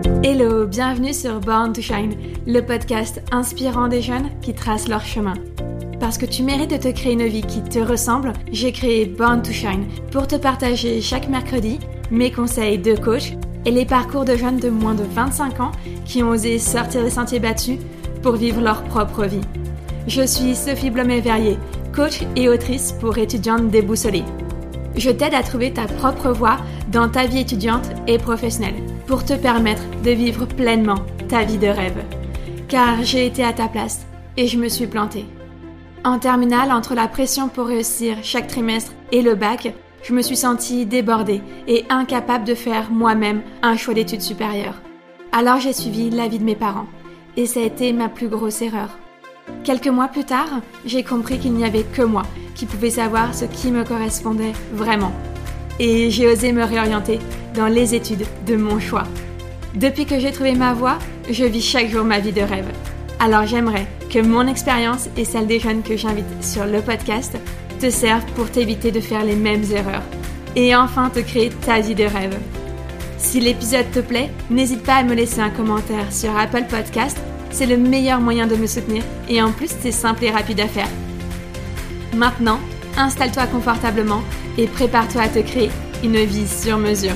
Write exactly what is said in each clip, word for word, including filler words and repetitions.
Hello, bienvenue sur Born to Shine, le podcast inspirant des jeunes qui tracent leur chemin. Parce que tu mérites de te créer une vie qui te ressemble, j'ai créé Born to Shine pour te partager chaque mercredi mes conseils de coach et les parcours de jeunes de moins de vingt-cinq ans qui ont osé sortir des sentiers battus pour vivre leur propre vie. Je suis Sophie Blomet-Verrier, coach et autrice pour étudiantes déboussolées. Je t'aide à trouver ta propre voie dans ta vie étudiante et professionnelle pour te permettre de vivre pleinement ta vie de rêve. Car j'ai été à ta place et je me suis plantée. En terminale, entre la pression pour réussir chaque trimestre et le bac, je me suis sentie débordée et incapable de faire moi-même un choix d'études supérieures. Alors j'ai suivi l'avis de mes parents et ça a été ma plus grosse erreur. Quelques mois plus tard, j'ai compris qu'il n'y avait que moi qui pouvais savoir ce qui me correspondait vraiment. Et j'ai osé me réorienter dans les études de mon choix. Depuis que j'ai trouvé ma voie, je vis chaque jour ma vie de rêve. Alors j'aimerais que mon expérience et celle des jeunes que j'invite sur le podcast te servent pour t'éviter de faire les mêmes erreurs et enfin te créer ta vie de rêve. Si l'épisode te plaît, n'hésite pas à me laisser un commentaire sur Apple Podcast. C'est le meilleur moyen de me soutenir et en plus c'est simple et rapide à faire. Maintenant, installe-toi confortablement et prépare-toi à te créer une vie sur mesure.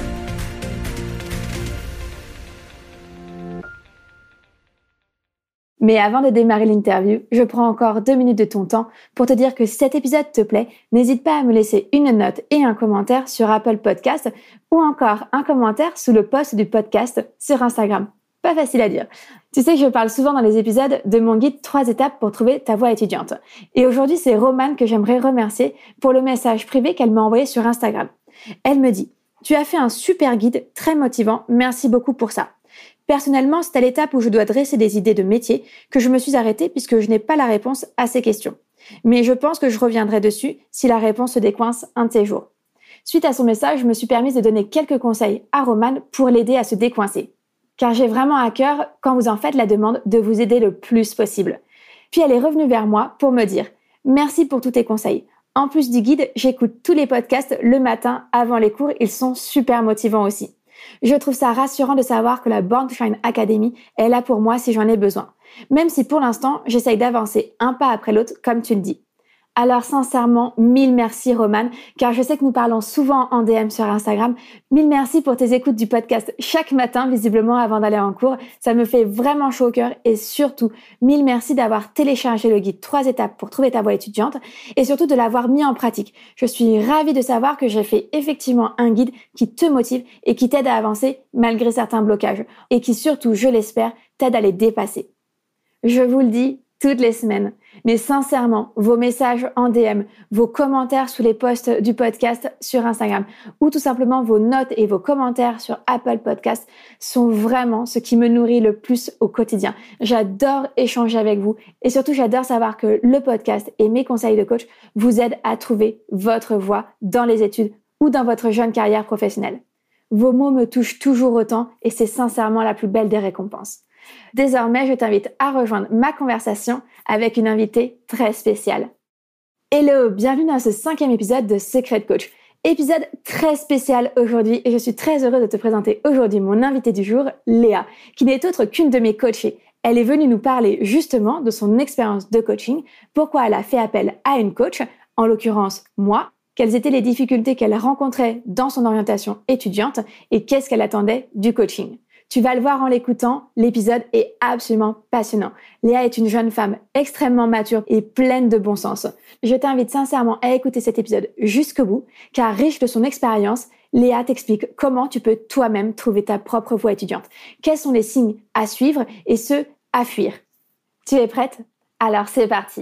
Mais avant de démarrer l'interview, je prends encore deux minutes de ton temps pour te dire que si cet épisode te plaît, n'hésite pas à me laisser une note et un commentaire sur Apple Podcast ou encore un commentaire sous le post du podcast sur Instagram. Pas facile à dire. Tu sais que je parle souvent dans les épisodes de mon guide trois étapes pour trouver ta voie étudiante. Et aujourd'hui, c'est Romane que j'aimerais remercier pour le message privé qu'elle m'a envoyé sur Instagram. Elle me dit « Tu as fait un super guide, très motivant, merci beaucoup pour ça. Personnellement, c'est à l'étape où je dois dresser des idées de métier que je me suis arrêtée puisque je n'ai pas la réponse à ces questions. Mais je pense que je reviendrai dessus si la réponse se décoince un de ces jours. » Suite à son message, je me suis permise de donner quelques conseils à Romane pour l'aider à se décoincer. Car j'ai vraiment à cœur, quand vous en faites la demande, de vous aider le plus possible. Puis elle est revenue vers moi pour me dire « Merci pour tous tes conseils. En plus du guide, j'écoute tous les podcasts le matin avant les cours, ils sont super motivants aussi. Je trouve ça rassurant de savoir que la Born to Shine Academy est là pour moi si j'en ai besoin. Même si pour l'instant, j'essaye d'avancer un pas après l'autre, comme tu le dis. » Alors sincèrement, mille merci Romane, car je sais que nous parlons souvent en D M sur Instagram. Mille merci pour tes écoutes du podcast chaque matin, visiblement avant d'aller en cours. Ça me fait vraiment chaud au cœur et surtout, mille merci d'avoir téléchargé le guide trois étapes pour trouver ta voie étudiante et surtout de l'avoir mis en pratique. Je suis ravie de savoir que j'ai fait effectivement un guide qui te motive et qui t'aide à avancer malgré certains blocages et qui surtout, je l'espère, t'aide à les dépasser. Je vous le dis toutes les semaines. Mais sincèrement, vos messages en D M, vos commentaires sous les posts du podcast sur Instagram ou tout simplement vos notes et vos commentaires sur Apple Podcast sont vraiment ce qui me nourrit le plus au quotidien. J'adore échanger avec vous et surtout j'adore savoir que le podcast et mes conseils de coach vous aident à trouver votre voie dans les études ou dans votre jeune carrière professionnelle. Vos mots me touchent toujours autant et c'est sincèrement la plus belle des récompenses. Désormais, je t'invite à rejoindre ma conversation avec une invitée très spéciale. Hello, bienvenue dans ce cinquième épisode de Secret Coach. Épisode très spécial aujourd'hui et je suis très heureuse de te présenter aujourd'hui mon invitée du jour, Léa, qui n'est autre qu'une de mes coachées. Elle est venue nous parler justement de son expérience de coaching, pourquoi elle a fait appel à une coach, en l'occurrence moi, quelles étaient les difficultés qu'elle rencontrait dans son orientation étudiante et qu'est-ce qu'elle attendait du coaching. Tu vas le voir en l'écoutant, l'épisode est absolument passionnant. Léa est une jeune femme extrêmement mature et pleine de bon sens. Je t'invite sincèrement à écouter cet épisode jusqu'au bout, car riche de son expérience, Léa t'explique comment tu peux toi-même trouver ta propre voie étudiante. Quels sont les signes à suivre et ceux à fuir. Tu es prête? Alors c'est parti.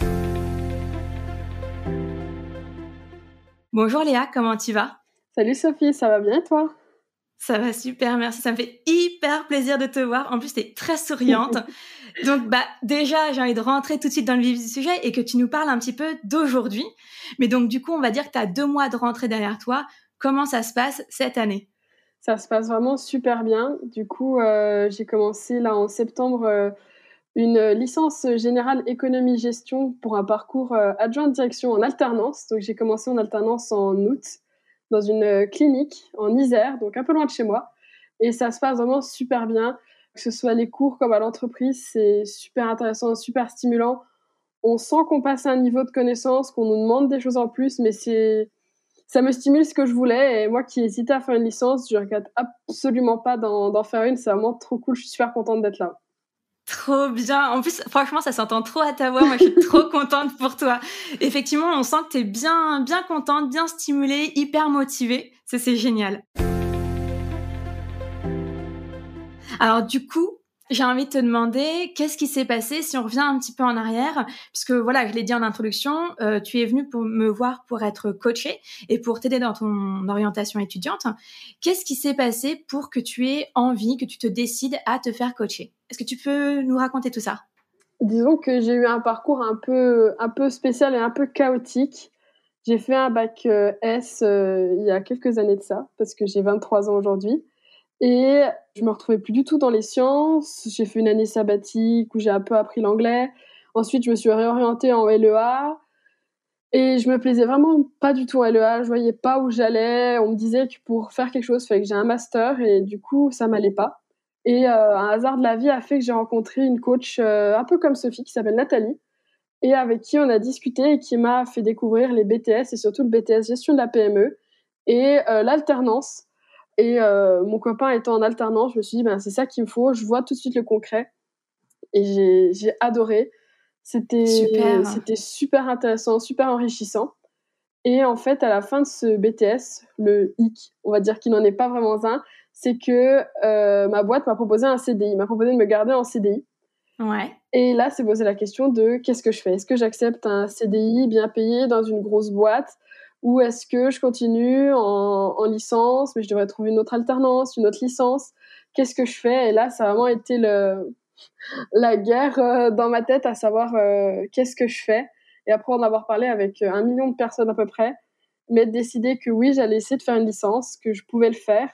Bonjour Léa, comment tu vas? Salut Sophie, ça va bien et toi? Ça va super, merci. Ça me fait hyper plaisir de te voir. En plus, tu es très souriante. Donc, bah, déjà, j'ai envie de rentrer tout de suite dans le vif du sujet et que tu nous parles un petit peu d'aujourd'hui. Mais donc, du coup, on va dire que tu as deux mois de rentrée derrière toi. Comment ça se passe cette année? Ça se passe vraiment super bien. Du coup, euh, j'ai commencé là en septembre euh, une licence générale économie-gestion pour un parcours euh, adjoint de direction en alternance. Donc, j'ai commencé en alternance en août dans une clinique en Isère, donc un peu loin de chez moi. Et ça se passe vraiment super bien. Que ce soit les cours comme à l'entreprise, c'est super intéressant, super stimulant. On sent qu'on passe à un niveau de connaissance, qu'on nous demande des choses en plus, mais c'est, ça me stimule ce que je voulais. Et moi qui hésitais à faire une licence, je regrette absolument pas d'en, d'en faire une. C'est vraiment trop cool. Je suis super contente d'être là. Trop bien. En plus, franchement, ça s'entend trop à ta voix. Moi, je suis trop contente pour toi. Effectivement, on sent que t'es bien, bien contente, bien stimulée, hyper motivée. Ça, c'est génial. Alors, du coup, j'ai envie de te demander, qu'est-ce qui s'est passé si on revient un petit peu en arrière? Puisque voilà, je l'ai dit en introduction, euh, tu es venue pour me voir pour être coachée et pour t'aider dans ton orientation étudiante. Qu'est-ce qui s'est passé pour que tu aies envie, que tu te décides à te faire coacher? Est-ce que tu peux nous raconter tout ça? Disons que j'ai eu un parcours un peu, un peu spécial et un peu chaotique. J'ai fait un bac euh, S euh, il y a quelques années de ça, parce que j'ai vingt-trois ans aujourd'hui. Et je me retrouvais plus du tout dans les sciences. J'ai fait une année sabbatique où j'ai un peu appris l'anglais. Ensuite, je me suis réorientée en L E A. Et je me plaisais vraiment pas du tout en L E A. Je voyais pas où j'allais. On me disait que pour faire quelque chose, il fallait que j'ai un master. Et du coup, ça m'allait pas. Et euh, un hasard de la vie a fait que j'ai rencontré une coach euh, un peu comme Sophie, qui s'appelle Nathalie, et avec qui on a discuté et qui m'a fait découvrir les B T S et surtout le B T S gestion de la P M E et euh, l'alternance. Et euh, mon copain étant en alternance, je me suis dit, ben, c'est ça qu'il me faut. Je vois tout de suite le concret. Et j'ai, j'ai adoré. C'était, Super. c'était super intéressant, super enrichissant. Et en fait, à la fin de ce B T S, le hic, on va dire qu'il n'en est pas vraiment un, c'est que euh, ma boîte m'a proposé un C D I, m'a proposé de me garder en C D I. Ouais. Et là, c'est posé la question de qu'est-ce que je fais? Est-ce que j'accepte un C D I bien payé dans une grosse boîte ou est-ce que je continue en, en licence, mais je devrais trouver une autre alternance, une autre licence? Qu'est-ce que je fais? Et là, ça a vraiment été le, la guerre euh, dans ma tête à savoir euh, qu'est-ce que je fais. Et après en avoir parlé avec un million de personnes à peu près, mais décider que oui, j'allais essayer de faire une licence, que je pouvais le faire.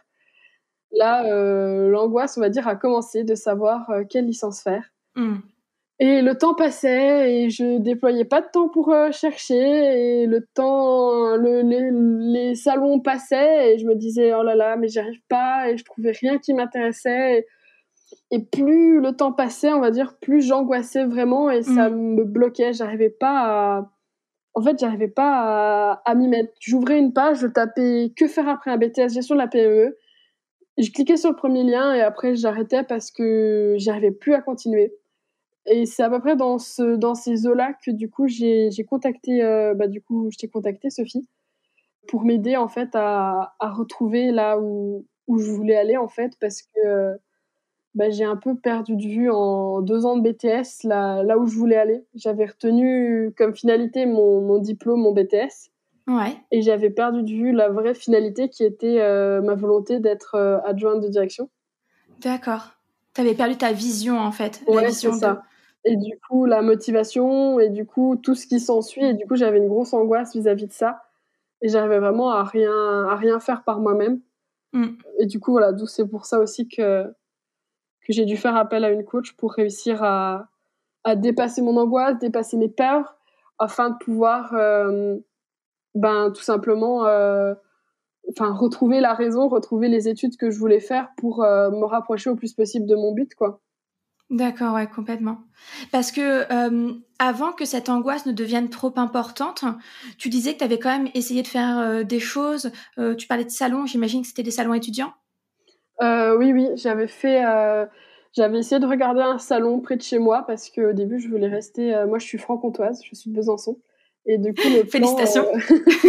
Là, euh, l'angoisse, on va dire, a commencé de savoir euh, quelle licence faire. Mm. Et le temps passait et je déployais pas de temps pour euh, chercher et le temps, le, les, les salons passaient et je me disais oh là là mais j'y arrive pas et je trouvais rien qui m'intéressait et, et plus le temps passait on va dire plus j'angoissais vraiment et ça Mm. me bloquait, j'arrivais pas à, en fait j'arrivais pas à, à m'y mettre. J'ouvrais une page, je tapais que faire après un B T S gestion de la P M E, je cliquais sur le premier lien et après j'arrêtais parce que j'y arrivais plus à continuer. Et c'est à peu près dans, ce, dans ces eaux-là que du coup j'ai, j'ai contacté, euh, bah, du coup je t'ai contacté Sophie pour m'aider en fait à, à retrouver là où, où je voulais aller en fait parce que euh, bah, j'ai un peu perdu de vue en deux ans de B T S là, là où je voulais aller. J'avais retenu comme finalité mon, mon diplôme, mon B T S. Ouais. Et j'avais perdu de vue la vraie finalité qui était euh, ma volonté d'être euh, adjointe de direction. D'accord. T'avais perdu ta vision, en fait. La Ouais, c'est vision de... ça. Et du coup, la motivation et du coup, tout ce qui s'ensuit. Et du coup, j'avais une grosse angoisse vis-à-vis de ça. Et j'arrivais vraiment à rien, à rien faire par moi-même. Mm. Et du coup, voilà, d'où c'est pour ça aussi que, que j'ai dû faire appel à une coach pour réussir à, à dépasser mon angoisse, dépasser mes peurs, afin de pouvoir, euh, ben, tout simplement, euh, enfin, retrouver la raison, retrouver les études que je voulais faire pour euh, me rapprocher au plus possible de mon but, quoi. D'accord, ouais, complètement. Parce que euh, avant que cette angoisse ne devienne trop importante, tu disais que tu avais quand même essayé de faire euh, des choses. Euh, tu parlais de salons, j'imagine que c'était des salons étudiants. Euh, oui, oui, j'avais fait, euh, j'avais essayé de regarder un salon près de chez moi parce qu'au début, je voulais rester. Euh, moi, je suis franc-comtoise, je suis de Besançon, et du coup, le plan, Félicitations. euh,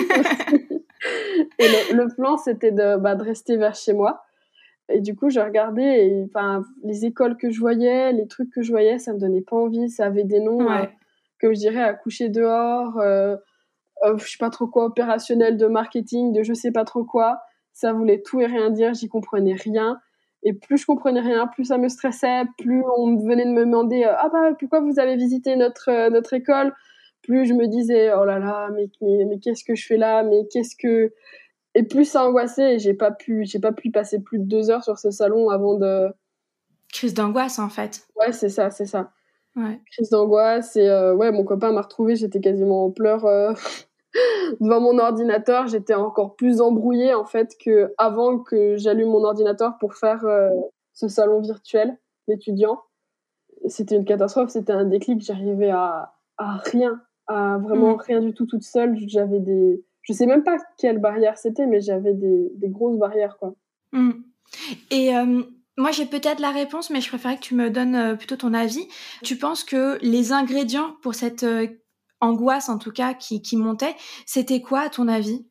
et le, le plan, c'était de, bah, de rester vers chez moi. Et du coup, je regardais, et enfin, les écoles que je voyais, les trucs que je voyais, ça me donnait pas envie. Ça avait des noms, euh, Ouais. comme je dirais, à coucher dehors. Euh, euh, je sais pas trop quoi, opérationnel, de marketing, de je sais pas trop quoi. Ça voulait tout et rien dire, j'y comprenais rien. Et plus je comprenais rien, plus ça me stressait, plus on venait de me demander euh, ah bah pourquoi vous avez visité notre euh, notre école, plus je me disais oh là là mais mais, mais qu'est-ce que je fais là, mais qu'est-ce que, et plus ça angoissait et j'ai pas pu j'ai pas pu passer plus de deux heures sur ce salon avant de, Crise d'angoisse, en fait. ouais c'est ça c'est ça Ouais. crise d'angoisse et euh, ouais mon copain m'a retrouvée, j'étais quasiment en pleurs euh, devant mon ordinateur, j'étais encore plus embrouillée en fait qu'avant que j'allume mon ordinateur pour faire euh, ce salon virtuel d'étudiants. C'était une catastrophe, c'était un déclic, j'arrivais à, à rien, à vraiment Mmh. rien du tout toute seule. J'avais des... Je sais même pas quelle barrière c'était, mais j'avais des, des grosses barrières, quoi. Mmh. Et euh, moi, j'ai peut-être la réponse, mais je préférais que tu me donnes euh, plutôt ton avis. Tu penses que les ingrédients pour cette euh, angoisse, en tout cas, qui, qui montait, c'était quoi, à ton avis?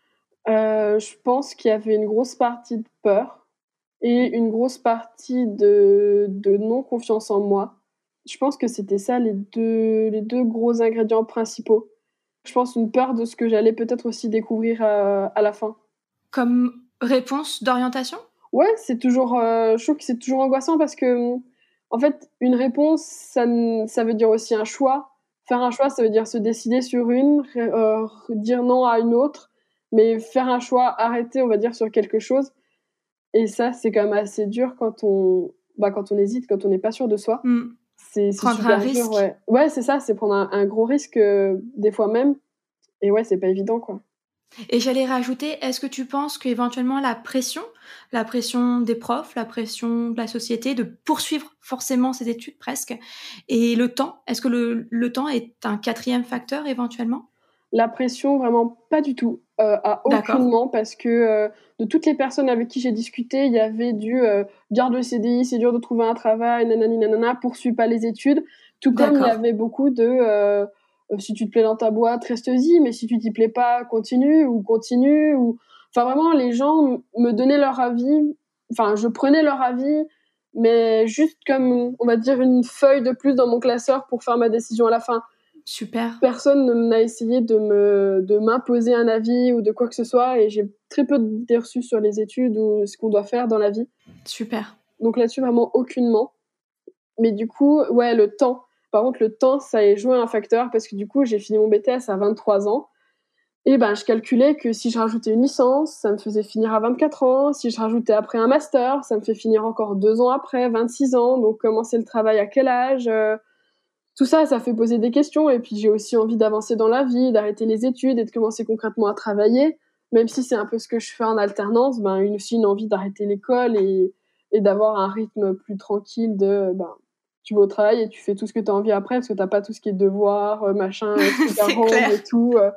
Euh, je pense qu'il y avait une grosse partie de peur et une grosse partie de, de non-confiance en moi. Je pense que c'était ça les deux, les deux gros ingrédients principaux. Je pense une peur de ce que j'allais peut-être aussi découvrir à, à la fin. Comme réponse d'orientation? Ouais, c'est toujours, euh, je trouve que c'est toujours angoissant parce que, en fait, une réponse, ça, ça veut dire aussi un choix. Faire un choix, ça veut dire se décider sur une, euh, dire non à une autre, mais faire un choix, arrêter, on va dire, sur quelque chose. Et ça, c'est quand même assez dur quand on, bah, quand on hésite, quand on n'est pas sûr de soi. Mmh. C'est, c'est Prendre un super dur, risque. ouais. Ouais, c'est ça, c'est prendre un, un gros risque, euh, des fois même. Et ouais, c'est pas évident, quoi. Et j'allais rajouter, est-ce que tu penses qu'éventuellement la pression, la pression des profs, la pression de la société, de poursuivre forcément ses études presque, et le temps, est-ce que le, le temps est un quatrième facteur éventuellement? La pression, vraiment pas du tout, euh, à D'accord, aucunement, parce que euh, de toutes les personnes avec qui j'ai discuté, il y avait du euh, garde le C D I, c'est dur de trouver un travail, nanani nanana, poursuis pas les études. Tout comme il y d'accord, avait beaucoup de euh, euh, si tu te plais dans ta boîte, reste-y, mais si tu t'y plais pas, continue ou continue. Ou... Enfin, vraiment, les gens m- me donnaient leur avis, enfin, je prenais leur avis, mais juste comme, on va dire, une feuille de plus dans mon classeur pour faire ma décision à la fin. super, Personne n'a essayé de me de m'imposer un avis ou de quoi que ce soit, et j'ai très peu d'idées reçues sur les études ou ce qu'on doit faire dans la vie. super. Donc là-dessus, vraiment aucunement. Mais du coup, ouais, le temps. Par contre, le temps, ça a joué un facteur parce que du coup, j'ai fini mon B T S à vingt-trois ans. Et ben, je calculais que si je rajoutais une licence, ça me faisait finir à vingt-quatre ans. Si je rajoutais après un master, ça me fait finir encore deux ans après, vingt-six ans. Donc, commencer le travail à quel âge? Euh, tout ça, ça fait poser des questions. Et puis, j'ai aussi envie d'avancer dans la vie, d'arrêter les études et de commencer concrètement à travailler. Même si c'est un peu ce que je fais en alternance, ben, une, aussi une envie d'arrêter l'école et, et d'avoir un rythme plus tranquille de, ben, tu vas au travail et tu fais tout ce que tu as envie après parce que tu n'as pas tout ce qui est devoir, euh, machin, truc à C'est rendre clair. et tout. euh.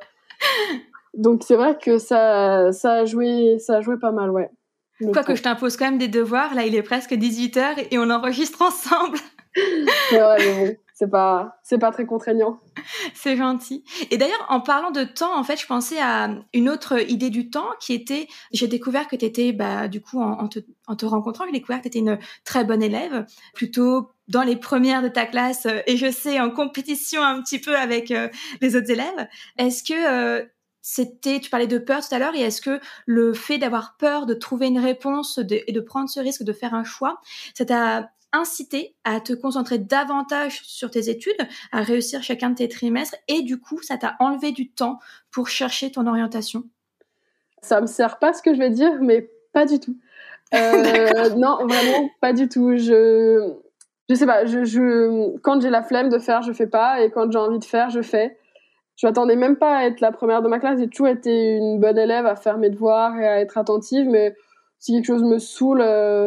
Donc, c'est vrai que ça, ça a joué, ça a joué pas mal, ouais. Le Quoique temps. je t'impose quand même des devoirs, là il est presque dix-huit heures et on enregistre ensemble. C'est vrai, mais bon, c'est pas, c'est pas très contraignant. C'est gentil. Et d'ailleurs, en parlant de temps, en fait, je pensais à une autre idée du temps qui était, j'ai découvert que tu étais, bah, du coup, en, en, te, en te rencontrant, j'ai découvert que tu étais une très bonne élève, plutôt dans les premières de ta classe, euh, et je sais, en compétition un petit peu avec euh, les autres élèves. Est-ce que euh, c'était, tu parlais de peur tout à l'heure, et est-ce que le fait d'avoir peur de trouver une réponse de, et de prendre ce risque de faire un choix, ça t'a incité à te concentrer davantage sur tes études, à réussir chacun de tes trimestres, et du coup, ça t'a enlevé du temps pour chercher ton orientation? Ça me sert pas ce que je vais dire, mais pas du tout. Euh, D'accord. non, vraiment pas du tout. Je, je sais pas. Je, je, quand j'ai la flemme de faire, je fais pas, et quand j'ai envie de faire, je fais. Je m'attendais même pas à être la première de ma classe. J'ai toujours été une bonne élève à faire mes devoirs et à être attentive, mais si quelque chose me saoule, euh,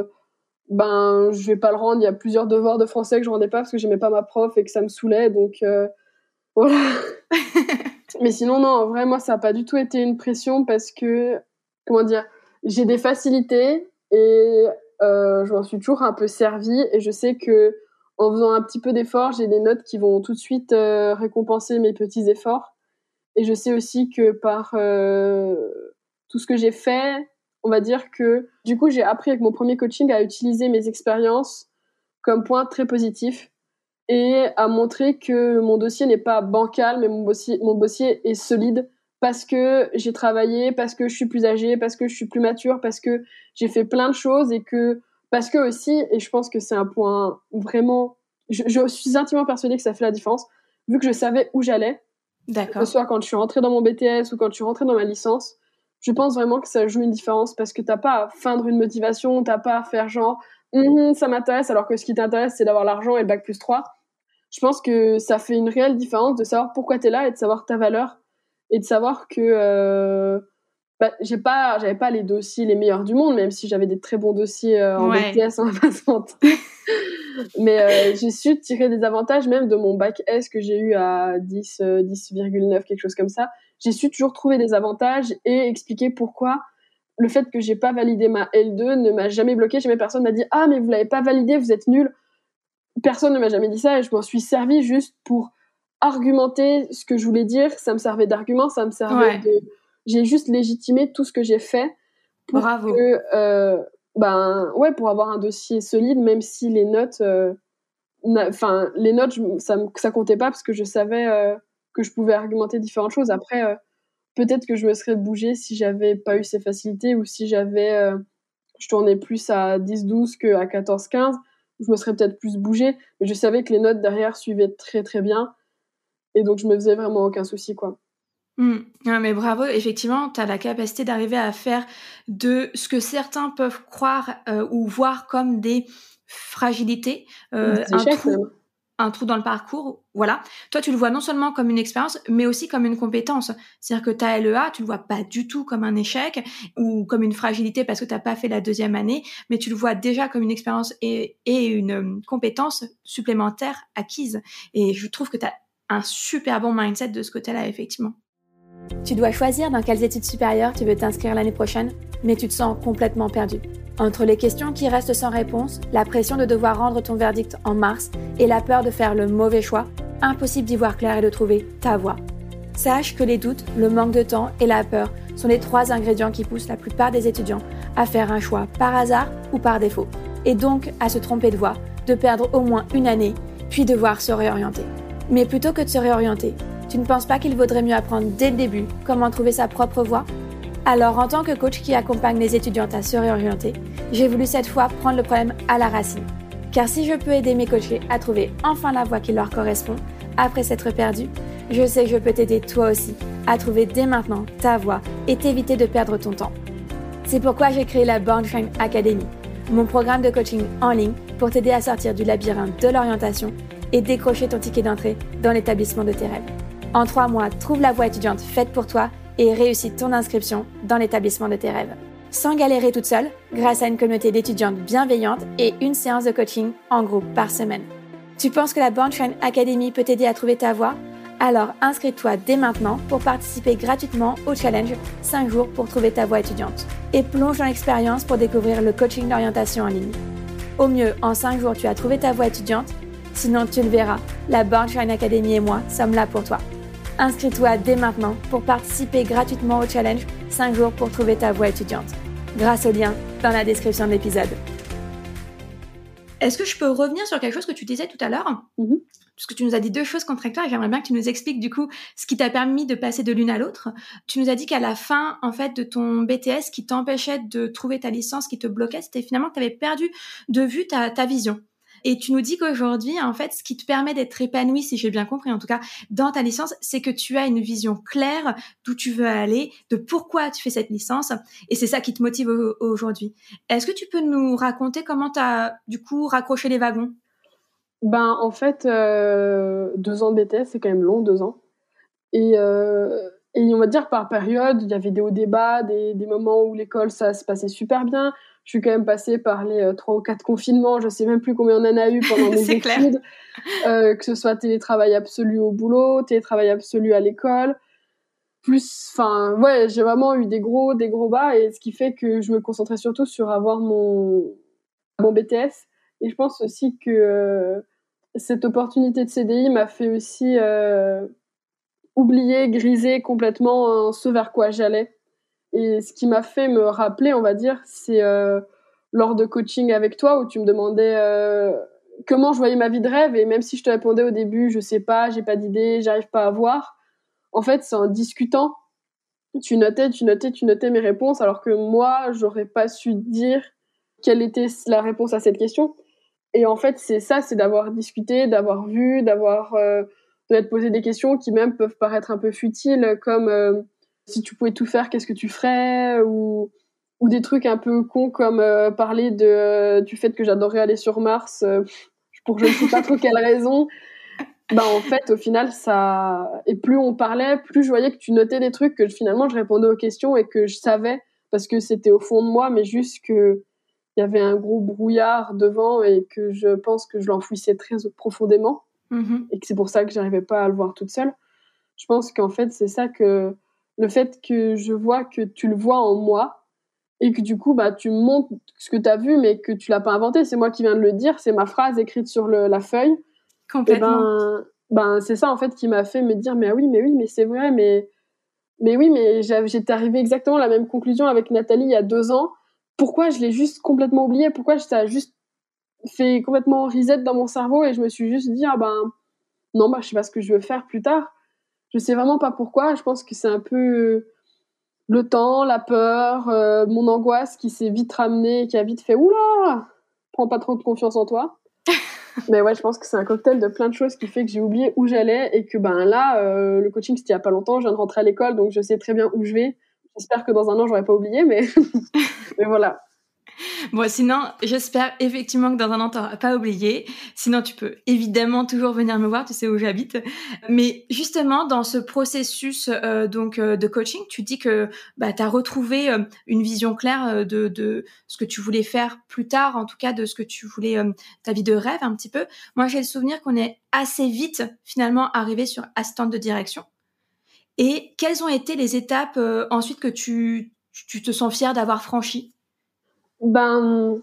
ben je vais pas le rendre. Il y a plusieurs devoirs de français que je rendais pas parce que j'aimais pas ma prof et que ça me saoulait, donc euh, voilà. Mais sinon, non, en vrai, moi, ça a pas du tout été une pression parce que, comment dire, j'ai des facilités et euh, je m'en suis toujours un peu servie, et je sais que en faisant un petit peu d'effort, j'ai des notes qui vont tout de suite euh, récompenser mes petits efforts. Et je sais aussi que par euh, tout ce que j'ai fait, on va dire que du coup, j'ai appris avec mon premier coaching à utiliser mes expériences comme point très positif et à montrer que mon dossier n'est pas bancal, mais mon dossier, mon dossier est solide parce que j'ai travaillé, parce que je suis plus âgée, parce que je suis plus mature, parce que j'ai fait plein de choses, et que parce que aussi, et je pense que c'est un point vraiment, je, je suis intimement persuadée que ça fait la différence, vu que je savais où j'allais, que ce D'accord. soit quand je suis rentrée dans mon B T S ou quand je suis rentrée dans ma licence, je pense vraiment que ça joue une différence parce que t'as pas à feindre une motivation, t'as pas à faire genre mm ça m'intéresse, alors que ce qui t'intéresse c'est d'avoir l'argent et le bac plus trois. Je pense que ça fait une réelle différence de savoir pourquoi t'es là et de savoir ta valeur. et de savoir que euh, bah, j'ai pas, j'avais pas les dossiers les meilleurs du monde, même si j'avais des très bons dossiers euh, en Ouais. B T S, on va pas se mentir. Mais euh, j'ai su tirer des avantages même de mon bac S que j'ai eu à dix, euh, dix virgule neuf, quelque chose comme ça. J'ai su toujours trouver des avantages et expliquer pourquoi le fait que j'ai pas validé ma L deux ne m'a jamais bloqué. Jamais personne m'a dit « Ah, mais vous l'avez pas validé, vous êtes nul ». Personne ne m'a jamais dit ça et je m'en suis servi juste pour argumenter ce que je voulais dire. Ça me servait d'argument, ça me servait Ouais. de... J'ai juste légitimé tout ce que j'ai fait pour Bravo. que... Euh, ben, ouais, pour avoir un dossier solide, même si les notes... Enfin, euh, les notes, je, ça, ça comptait pas parce que je savais euh, que je pouvais argumenter différentes choses. Après, euh, peut-être que je me serais bougée si j'avais pas eu ces facilités ou si j'avais... Euh, je tournais plus à dix douze qu'à quatorze quinze. Je me serais peut-être plus bougée, mais je savais que les notes derrière suivaient très très bien. Et donc, je me faisais vraiment aucun souci, quoi. Mmh. Ah, mais bravo, effectivement, tu as la capacité d'arriver à faire de ce que certains peuvent croire euh, ou voir comme des fragilités, euh, Des un échecs, trou, même. un trou dans le parcours. Voilà. Toi, tu le vois non seulement comme une expérience, mais aussi comme une compétence. C'est-à-dire que ta L E A, tu le vois pas du tout comme un échec ou comme une fragilité parce que tu n'as pas fait la deuxième année, mais tu le vois déjà comme une expérience et, et une euh, compétence supplémentaire acquise. Et je trouve que tu as un super bon mindset de ce côté-là, effectivement. Tu dois choisir dans quelles études supérieures tu veux t'inscrire l'année prochaine, mais tu te sens complètement perdu. Entre les questions qui restent sans réponse, la pression de devoir rendre ton verdict en mars et la peur de faire le mauvais choix, impossible d'y voir clair et de trouver ta voie. Sache que les doutes, le manque de temps et la peur sont les trois ingrédients qui poussent la plupart des étudiants à faire un choix par hasard ou par défaut, et donc à se tromper de voie, de perdre au moins une année, puis devoir se réorienter. Mais plutôt que de se réorienter, tu ne penses pas qu'il vaudrait mieux apprendre dès le début comment trouver sa propre voie ? Alors, en tant que coach qui accompagne les étudiantes à se réorienter, j'ai voulu cette fois prendre le problème à la racine. Car si je peux aider mes coachés à trouver enfin la voie qui leur correspond, après s'être perdus, je sais que je peux t'aider toi aussi à trouver dès maintenant ta voie et t'éviter de perdre ton temps. C'est pourquoi j'ai créé la Born Shine Academy, mon programme de coaching en ligne pour t'aider à sortir du labyrinthe de l'orientation et décrocher ton ticket d'entrée dans l'établissement de tes rêves. En trois mois, trouve la voie étudiante faite pour toi et réussis ton inscription dans l'établissement de tes rêves. Sans galérer toute seule, grâce à une communauté d'étudiantes bienveillantes et une séance de coaching en groupe par semaine. Tu penses que la Born Shine Academy peut t'aider à trouver ta voie ? Alors inscris-toi dès maintenant pour participer gratuitement au challenge cinq jours pour trouver ta voie étudiante. Et plonge dans l'expérience pour découvrir le coaching d'orientation en ligne. Au mieux, en cinq jours, tu as trouvé ta voie étudiante. Sinon, tu le verras, la Born Shine Academy et moi sommes là pour toi. Inscris-toi dès maintenant pour participer gratuitement au challenge cinq jours pour trouver ta voie étudiante. Grâce au lien dans la description de l'épisode. Est-ce que je peux revenir sur quelque chose que tu disais tout à l'heure ? Mm-hmm. Parce que tu nous as dit deux choses contradictoires et j'aimerais bien que tu nous expliques du coup ce qui t'a permis de passer de l'une à l'autre. Tu nous as dit qu'à la fin en fait de ton B T S, qui t'empêchait de trouver ta licence, qui te bloquait, c'était finalement que tu avais perdu de vue ta, ta vision. Et tu nous dis qu'aujourd'hui, en fait, ce qui te permet d'être épanoui, si j'ai bien compris en tout cas, dans ta licence, c'est que tu as une vision claire d'où tu veux aller, de pourquoi tu fais cette licence, et c'est ça qui te motive aujourd'hui. Est-ce que tu peux nous raconter comment tu as du coup raccroché les wagons ? Ben, en fait, euh, deux ans de B T S, c'est quand même long, deux ans. Et, euh, et on va dire par période, il y avait des hauts débats, des, des moments où l'école, ça se passait super bien. Je suis quand même passée par les euh, trois ou quatre confinements, je sais même plus combien on en a eu pendant mes études. Euh, que ce soit télétravail absolu au boulot, télétravail absolu à l'école. Plus, enfin, ouais, j'ai vraiment eu des gros, des gros bas, et ce qui fait que je me concentrais surtout sur avoir mon, mon B T S. Et je pense aussi que euh, cette opportunité de C D I m'a fait aussi euh, oublier, griser complètement euh, ce vers quoi j'allais. Et ce qui m'a fait me rappeler, on va dire, c'est euh, lors de coaching avec toi où tu me demandais euh, comment je voyais ma vie de rêve, et même si je te répondais au début, je sais pas, j'ai pas d'idée, j'arrive pas à voir. En fait, c'est en discutant, tu notais, tu notais, tu notais mes réponses, alors que moi, j'aurais pas su dire quelle était la réponse à cette question. Et en fait, c'est ça, c'est d'avoir discuté, d'avoir vu, d'avoir euh, de te poser des questions qui même peuvent paraître un peu futiles, comme euh, si tu pouvais tout faire, qu'est-ce que tu ferais, ou ou des trucs un peu cons comme euh, parler de du fait que j'adorais aller sur Mars euh, pour je ne sais pas trop quelle raison. Bah, en fait, au final, ça... Et plus on parlait, plus je voyais que tu notais des trucs, que finalement, je répondais aux questions et que je savais, parce que c'était au fond de moi, mais juste que il y avait un gros brouillard devant et que je pense que je l'enfouissais très profondément. Mm-hmm. Et que c'est pour ça que j'arrivais pas à le voir toute seule. Je pense qu'en fait, c'est ça que... Le fait que je vois que tu le vois en moi, et que du coup, bah, tu me montres ce que tu as vu, mais que tu l'as pas inventé. C'est moi qui viens de le dire, c'est ma phrase écrite sur le, la feuille. Complètement. Et ben, ben, c'est ça, en fait, qui m'a fait me dire, mais ah oui, mais oui, mais c'est vrai, mais, mais oui, mais j'étais arrivée exactement à la même conclusion avec Nathalie il y a deux ans. Pourquoi je l'ai juste complètement oublié? Pourquoi ça a juste fait complètement reset dans mon cerveau et je me suis juste dit, ah ben, non, bah, je sais pas ce que je veux faire plus tard. Je sais vraiment pas pourquoi. Je pense que c'est un peu le temps, la peur, euh, mon angoisse qui s'est vite ramenée, qui a vite fait, oula, prends pas trop de confiance en toi. Mais ouais, je pense que c'est un cocktail de plein de choses qui fait que j'ai oublié où j'allais et que ben là, euh, le coaching c'était il y a pas longtemps, je viens de rentrer à l'école, donc je sais très bien où je vais. J'espère que dans un an, j'aurai pas oublié, mais, mais voilà. Bon, sinon, j'espère effectivement que dans un an, tu n'auras pas oublié. Sinon, tu peux évidemment toujours venir me voir, tu sais où j'habite. Mais justement, dans ce processus euh, donc euh, de coaching, tu dis que bah, tu as retrouvé euh, une vision claire euh, de, de ce que tu voulais faire plus tard, en tout cas de ce que tu voulais, euh, ta vie de rêve un petit peu. Moi, j'ai le souvenir qu'on est assez vite finalement arrivé sur assistante de direction. Et quelles ont été les étapes euh, ensuite que tu, tu te sens fière d'avoir franchies? Ben,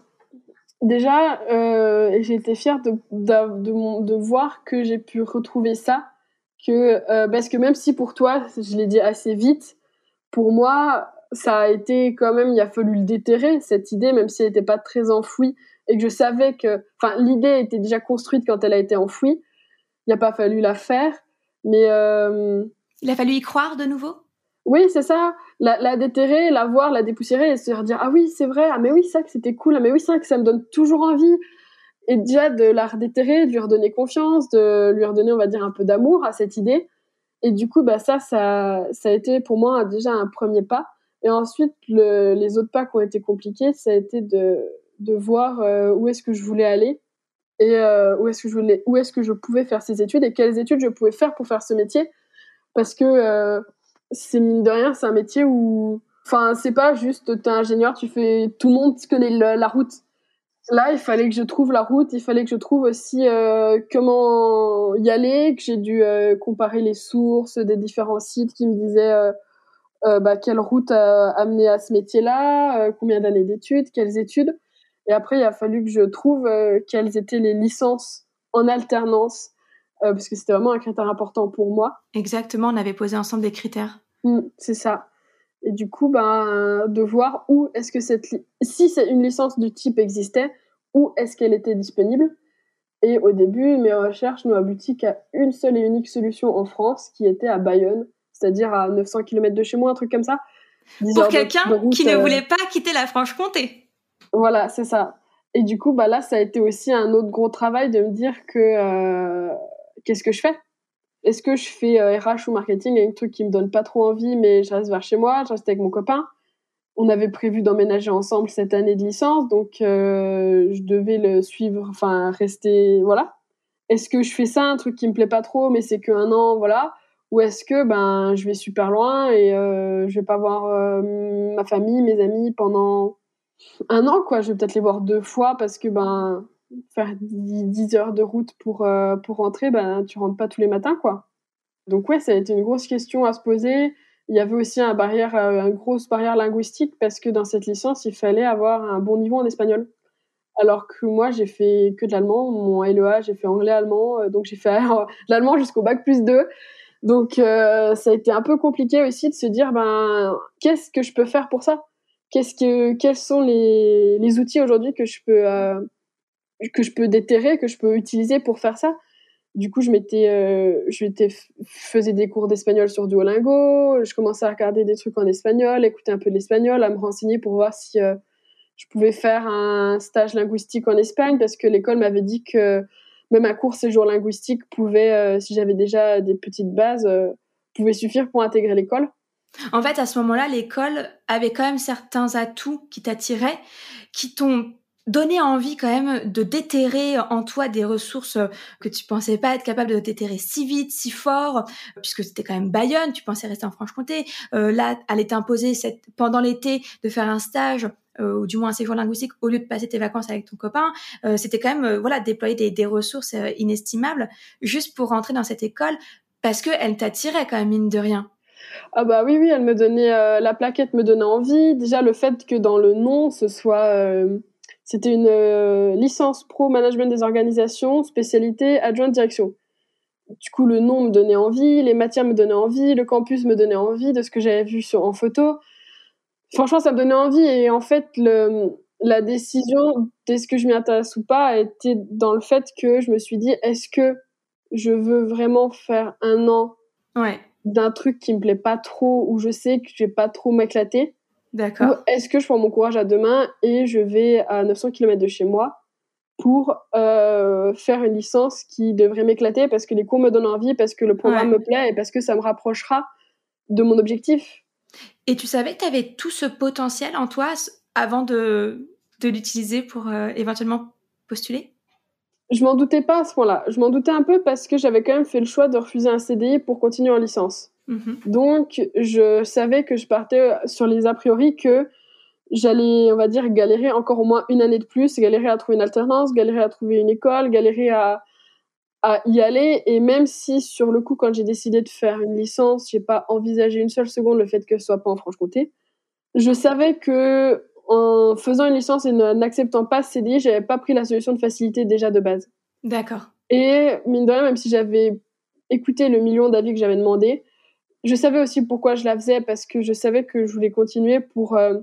déjà, euh, j'ai été fière de, de, de, mon, de voir que j'ai pu retrouver ça. Que, euh, parce que même si pour toi, je l'ai dit assez vite, pour moi, ça a été quand même, il a fallu le déterrer, cette idée, même si elle n'était pas très enfouie, et que je savais que, enfin, l'idée était déjà construite quand elle a été enfouie. Il n'a pas fallu la faire, mais... Euh... Il a fallu y croire de nouveau? Oui, c'est ça. La, la déterrer, la voir, la dépoussiérer et se dire, ah oui, c'est vrai, ah mais oui, ça que c'était cool, ah mais oui, c'est vrai que ça me donne toujours envie. Et déjà de la redéterrer, de lui redonner confiance, de lui redonner, on va dire, un peu d'amour à cette idée. Et du coup, bah ça, ça, ça a été pour moi déjà un premier pas. Et ensuite, le, les autres pas qui ont été compliqués, ça a été de, de voir euh, où est-ce que je voulais aller et euh, où est-ce que je voulais, où est-ce que je pouvais faire ces études et quelles études je pouvais faire pour faire ce métier. Parce que euh, c'est mine de rien, c'est un métier où, enfin, c'est pas juste t'es ingénieur, tu fais, tout le monde connaît le, la route. Là, il fallait que je trouve la route, il fallait que je trouve aussi euh, comment y aller, que j'ai dû euh, comparer les sources des différents sites qui me disaient euh, euh, bah, quelle route a amené à ce métier-là, euh, combien d'années d'études, quelles études. Et après, il a fallu que je trouve euh, quelles étaient les licences en alternance, euh, parce que c'était vraiment un critère important pour moi. Exactement, on avait posé ensemble des critères. Mmh, c'est ça. Et du coup, ben, de voir où est-ce que cette... Li- si c'est une licence du type existait, où est-ce qu'elle était disponible. Et au début, mes recherches n'ont abouti qu'à une seule et unique solution en France, qui était à Bayonne, c'est-à-dire à neuf cents kilomètres de chez moi, un truc comme ça. Pour quelqu'un de, de route, qui ne euh... voulait pas quitter la Franche-Comté. Voilà, c'est ça. Et du coup, bah là, ça a été aussi un autre gros travail de me dire que euh, qu'est-ce que je fais ? Est-ce que je fais euh, R H ou marketing, un truc qui me donne pas trop envie, mais je reste vers chez moi, je reste avec mon copain. On avait prévu d'emménager ensemble cette année de licence, donc euh, je devais le suivre, enfin rester, voilà. Est-ce que je fais ça, un truc qui me plaît pas trop, mais c'est qu'un an, voilà, ou est-ce que ben je vais super loin et euh, je vais pas voir euh, ma famille, mes amis pendant un an, quoi. Je vais peut-être les voir deux fois parce que ben faire dix heures de route pour euh, pour rentrer, ben tu rentres pas tous les matins, quoi. Donc ouais, ça a été une grosse question à se poser. Il y avait aussi un barrière, euh, une grosse barrière linguistique parce que dans cette licence, il fallait avoir un bon niveau en espagnol. Alors que moi, j'ai fait que de l'allemand. Mon L E A, j'ai fait anglais-allemand. Euh, donc, j'ai fait euh, l'allemand jusqu'au bac plus deux. Donc, euh, ça a été un peu compliqué aussi de se dire, ben, qu'est-ce que je peux faire pour ça ? Qu'est-ce que, quels sont les, les outils aujourd'hui que je peux, euh, que je peux déterrer, que je peux utiliser pour faire ça ? Du coup, je m'étais, euh, je m'étais faisais des cours d'espagnol sur Duolingo. Je commençais à regarder des trucs en espagnol, écouter un peu de l'espagnol, à me renseigner pour voir si euh, je pouvais faire un stage linguistique en Espagne, parce que l'école m'avait dit que même un court séjour linguistique pouvait, euh, si j'avais déjà des petites bases, euh, pouvait suffire pour intégrer l'école. En fait, à ce moment-là, l'école avait quand même certains atouts qui t'attiraient, qui t'ont donné envie quand même de déterrer en toi des ressources que tu pensais pas être capable de déterrer si vite, si fort, puisque c'était quand même Bayonne, tu pensais rester en Franche-Comté. Euh, là, allait t'imposer cette, pendant l'été de faire un stage euh, ou du moins un séjour linguistique au lieu de passer tes vacances avec ton copain. Euh, c'était quand même euh, voilà déployer des, des ressources euh, inestimables juste pour rentrer dans cette école parce que elle t'attirait quand même mine de rien. Ah bah oui, oui, elle me donnait, euh, la plaquette me donnait envie. Déjà, le fait que dans le nom, ce soit... Euh, c'était une euh, licence pro management des organisations, spécialité adjointe direction. Du coup, le nom me donnait envie, les matières me donnaient envie, le campus me donnait envie de ce que j'avais vu sur, en photo. Franchement, ça me donnait envie. Et en fait, le, la décision, est-ce que je m'y intéresse ou pas, était dans le fait que je me suis dit, est-ce que je veux vraiment faire un an Ouais. d'un truc qui me plaît pas trop, où je sais que je vais pas trop m'éclater, D'accord. ou est-ce que je prends mon courage à deux mains et je vais à neuf cents kilomètres de chez moi pour euh, faire une licence qui devrait m'éclater parce que les cours me donnent envie, parce que le programme Ouais. me plaît et parce que ça me rapprochera de mon objectif. Et tu savais que tu avais tout ce potentiel en toi avant de, de l'utiliser pour euh, éventuellement postuler? Je m'en doutais pas à ce point-là. Je m'en doutais un peu parce que j'avais quand même fait le choix de refuser un C D I pour continuer en licence. Mm-hmm. Donc, je savais que je partais sur les a priori que j'allais, on va dire, galérer encore au moins une année de plus, galérer à trouver une alternance, galérer à trouver une école, galérer à, à y aller. Et même si, sur le coup, quand j'ai décidé de faire une licence, j'ai pas envisagé une seule seconde le fait que ce soit pas en Franche-Comté, je savais que en faisant une licence et n'acceptant pas ce C D I, j'avais pas pris la solution de facilité déjà de base. D'accord. Et mine de rien, même si j'avais écouté le million d'avis que j'avais demandé, je savais aussi pourquoi je la faisais, parce que je savais que je voulais continuer pour euh,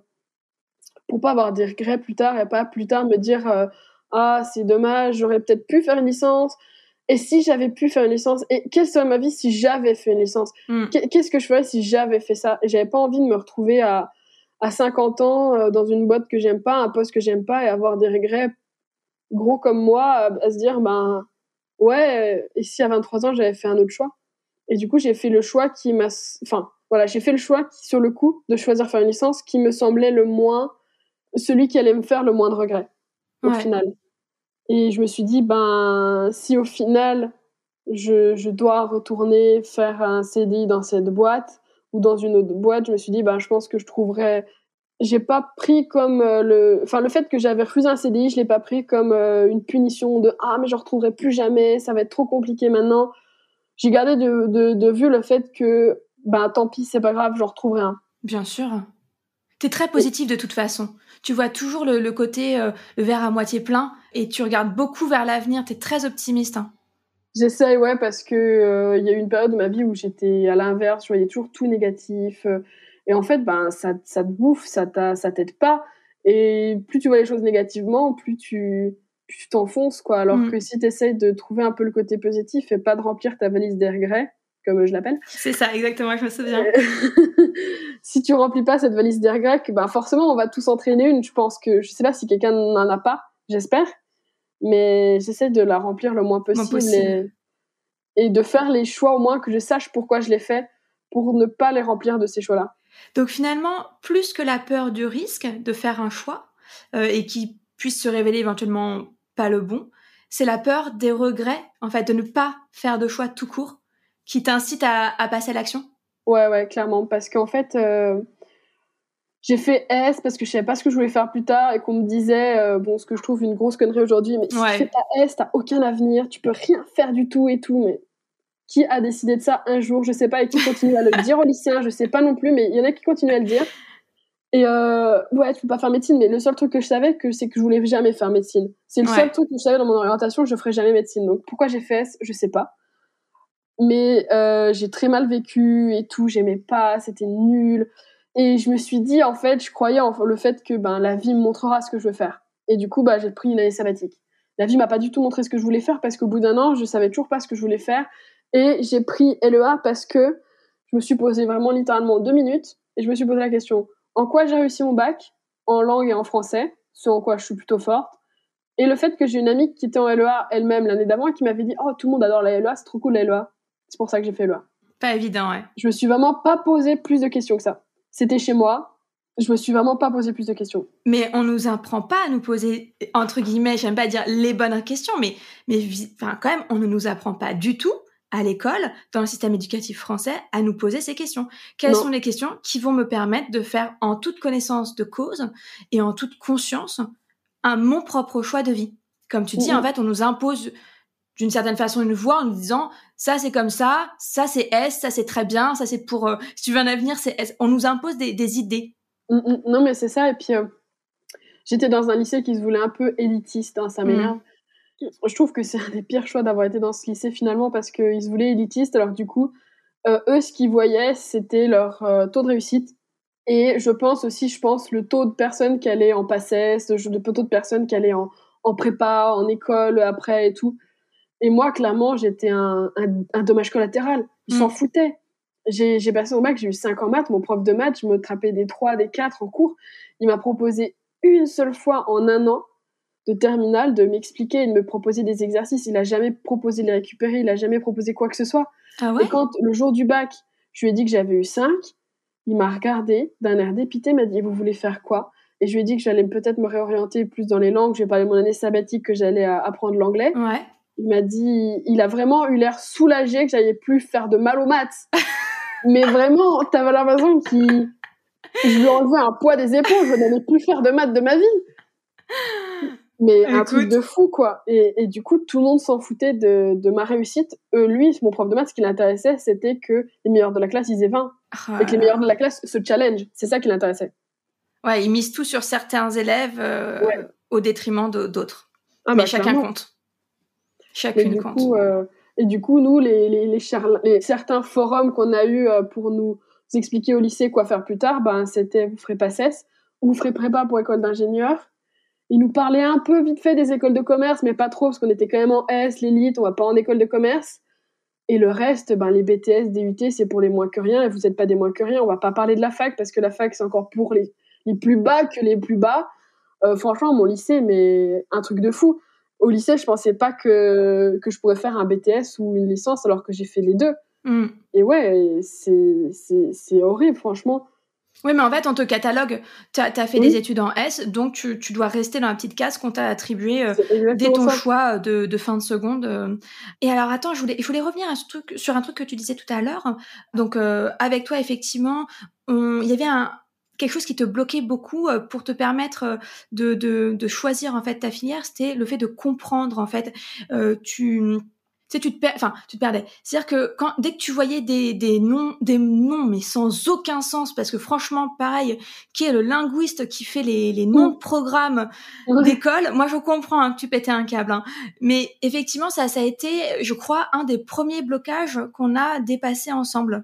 pour pas avoir des regrets plus tard et pas plus tard me dire euh, ah c'est dommage, j'aurais peut-être pu faire une licence. Et si j'avais pu faire une licence, et quelle serait ma vie si j'avais fait une licence? Mm. Qu'est-ce que je ferais si j'avais fait ça? Et j'avais pas envie de me retrouver à à cinquante ans euh, dans une boîte que j'aime pas, un poste que j'aime pas, et avoir des regrets gros comme moi, à, à se dire ben ouais, et si à vingt-trois ans j'avais fait un autre choix? Et du coup j'ai fait le choix qui m'a, enfin voilà, j'ai fait le choix qui, sur le coup, de choisir faire une licence qui me semblait le moins, celui qui allait me faire le moins de regrets au Ouais. final. Et je me suis dit, ben, si au final, je, je dois retourner faire un C D I dans cette boîte ou dans une autre boîte, je me suis dit, ben, je pense que je trouverais... J'ai pas pris comme euh, le... Enfin, le fait que j'avais refusé un C D I, je l'ai pas pris comme euh, une punition de « Ah, mais je retrouverai plus jamais, ça va être trop compliqué maintenant ». J'ai gardé de, de, de vue le fait que, ben, tant pis, c'est pas grave, j'en retrouverai un. Bien sûr. T'es très positive de toute façon. Tu vois toujours le, le côté, euh, le verre à moitié plein et tu regardes beaucoup vers l'avenir. T'es très optimiste. Hein. J'essaye, ouais, parce que euh, il y a eu une période de ma vie où j'étais à l'inverse, je voyais toujours tout négatif. Euh, et en fait, ben, ça, ça te bouffe, ça, t'a, ça t'aide pas. Et plus tu vois les choses négativement, plus tu, plus tu t'enfonces, quoi. Alors Mm. que si tu essayes de trouver un peu le côté positif et pas de remplir ta valise des regrets, comme je l'appelle. C'est ça, exactement, je me souviens. Si tu remplis pas cette valise des regrets, ben forcément, on va tous entraîner une. Je pense que, je sais pas si quelqu'un n'en a pas, j'espère. Mais j'essaie de la remplir le moins possible, Moins possible. Et, et de faire les choix au moins que je sache pourquoi je les fais, pour ne pas les remplir de ces choix-là. Donc finalement, plus que la peur du risque de faire un choix euh, et qui puisse se révéler éventuellement pas le bon, c'est la peur des regrets, en fait, de ne pas faire de choix tout court, qui t'incite à, à passer à l'action. Ouais, ouais, clairement, parce qu'en fait, euh, j'ai fait S parce que je savais pas ce que je voulais faire plus tard et qu'on me disait, euh, bon, ce que je trouve une grosse connerie aujourd'hui, mais si Ouais. tu fais pas S, t'as aucun avenir, tu peux rien faire du tout et tout, mais qui a décidé de ça un jour? Je sais pas, et qui continue à le dire aux lycéens, je sais pas non plus, mais il y en a qui continuent à le dire. Et euh, ouais, tu peux pas faire médecine, mais le seul truc que je savais, que, c'est que je voulais jamais faire médecine. C'est le Ouais. seul truc que je savais dans mon orientation, je ferais jamais médecine. Donc pourquoi j'ai fait S, je sais pas. Mais euh, j'ai très mal vécu et tout, j'aimais pas, c'était nul. Et je me suis dit, en fait, je croyais en le fait que ben, la vie me montrera ce que je veux faire. Et du coup, bah, j'ai pris une année sabbatique. La vie m'a pas du tout montré ce que je voulais faire parce qu'au bout d'un an, je savais toujours pas ce que je voulais faire. Et j'ai pris L E A parce que je me suis posé vraiment littéralement deux minutes et je me suis posé la question, en quoi j'ai réussi mon bac? En langue et en français, ce en quoi je suis plutôt forte. Et le fait que j'ai une amie qui était en L E A elle-même l'année d'avant et qui m'avait dit, oh, tout le monde adore la L E A, c'est trop cool la L E A. C'est pour ça que j'ai fait L E A. Pas évident, ouais. Je me suis vraiment pas posé plus de questions que ça. C'était chez moi, je me suis vraiment pas posé plus de questions. Mais on nous apprend pas à nous poser, entre guillemets, j'aime pas dire les bonnes questions, mais, mais enfin, quand même, on ne nous apprend pas du tout à l'école, dans le système éducatif français, à nous poser ces questions. Quelles non. sont les questions qui vont me permettre de faire en toute connaissance de cause et en toute conscience un mon propre choix de vie. Comme tu dis, mmh. en fait, on nous impose d'une certaine façon une voie en nous disant ça c'est comme ça, ça c'est S, ça c'est très bien, ça c'est pour euh, si tu veux un avenir c'est S. On nous impose des, des idées. Mmh, non mais c'est ça, et puis euh, j'étais dans un lycée qui se voulait un peu élitiste, hein, ça m'énerve. Mmh. Je trouve que c'est un des pires choix d'avoir été dans ce lycée finalement, parce qu'ils se voulaient élitistes, alors du coup euh, eux ce qu'ils voyaient c'était leur euh, taux de réussite, et je pense aussi je pense le taux de personnes qui allaient en PACES, le taux de personnes qui allaient en, en prépa, en école après et tout. Et moi, clairement, j'étais un, un, un dommage collatéral. Ils mmh. s'en foutaient. J'ai, j'ai passé au bac, j'ai eu cinq en maths. Mon prof de maths, je me tapais des trois, des quatre en cours. Il m'a proposé une seule fois en un an de terminale de m'expliquer et de me proposer des exercices. Il a jamais proposé de les récupérer. Il a jamais proposé quoi que ce soit. Ah ouais ? Et quand, le jour du bac, je lui ai dit que j'avais eu cinq, il m'a regardé d'un air dépité, m'a dit « Vous voulez faire quoi ?» Et je lui ai dit que j'allais peut-être me réorienter plus dans les langues. Je lui ai parlé de mon année sabbatique, que j'allais apprendre l'anglais. Ouais. Il m'a dit, il a vraiment eu l'air soulagé que j'allais plus faire de mal aux maths. Mais vraiment, t'avais l'impression qu'il, je lui enlevais un poids des épaules, je n'allais plus faire de maths de ma vie. Mais Écoute. Un truc de fou, quoi. Et, et du coup, tout le monde s'en foutait de, de ma réussite. Euh, lui, mon prof de maths, ce qui l'intéressait, c'était que les meilleurs de la classe, ils aient vingt. Oh et que les meilleurs de la classe se challenge. C'est ça qui l'intéressait. Ouais, il mise tout sur certains élèves euh, ouais. au détriment de, d'autres. Ah, Mais bah, chacun clairement. compte. Chacune compte. Coup, euh, et du coup, nous, les, les, les, charla- les certains forums qu'on a eu euh, pour nous expliquer au lycée quoi faire plus tard, ben, c'était vous ferez PACES ou vous ferez prépa pour école d'ingénieur. Ils nous parlaient un peu vite fait des écoles de commerce, mais pas trop, parce qu'on était quand même en S, l'élite, on va pas en école de commerce. Et le reste, ben, les B T S, D U T, c'est pour les moins que rien, et vous êtes pas des moins que rien. On va pas parler de la fac, parce que la fac, c'est encore pour les, les plus bas que les plus bas. Euh, franchement, mon lycée, mais un truc de fou. Au lycée, je pensais pas que, que je pourrais faire un B T S ou une licence alors que j'ai fait les deux. Mm. Et ouais, c'est, c'est, c'est horrible, franchement. Oui, mais en fait, on te catalogue. Tu as fait oui. des études en S, donc tu, tu dois rester dans la petite case qu'on t'a attribuée euh, dès ton ça. choix de, de fin de seconde. Et alors, attends, je voulais, je voulais revenir à ce truc, sur un truc que tu disais tout à l'heure. Donc, euh, avec toi, effectivement, il y avait un... quelque chose qui te bloquait beaucoup pour te permettre de, de, de choisir en fait ta filière, c'était le fait de comprendre en fait. Euh, tu, tu sais, tu te, per... enfin, tu te perdais. C'est-à-dire que quand, dès que tu voyais des, des noms, des noms, mais sans aucun sens, parce que franchement, pareil, qui est le linguiste qui fait les, les noms de programmes mmh. d'école, moi je comprends hein, que tu pétais un câble, hein. Mais effectivement, ça, ça a été, je crois, un des premiers blocages qu'on a dépassé ensemble.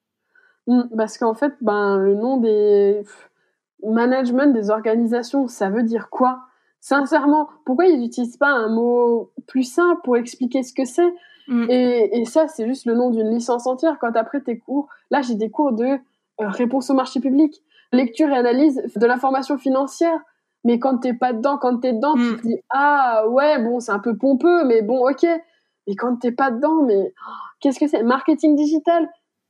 Parce qu'en fait, ben, le nom des management des organisations, ça veut dire quoi ? Sincèrement, pourquoi ils n'utilisent pas un mot plus simple pour expliquer ce que c'est ? mm. et, et ça, c'est juste le nom d'une licence entière. Quand après tes cours, là, j'ai des cours de euh, réponse au marché public, lecture et analyse de l'information financière. Mais quand t'es pas dedans, quand t'es dedans, mm. tu te dis « Ah, ouais, bon, c'est un peu pompeux, mais bon, ok. » Mais quand t'es pas dedans, mais oh, qu'est-ce que c'est ? Marketing digital ?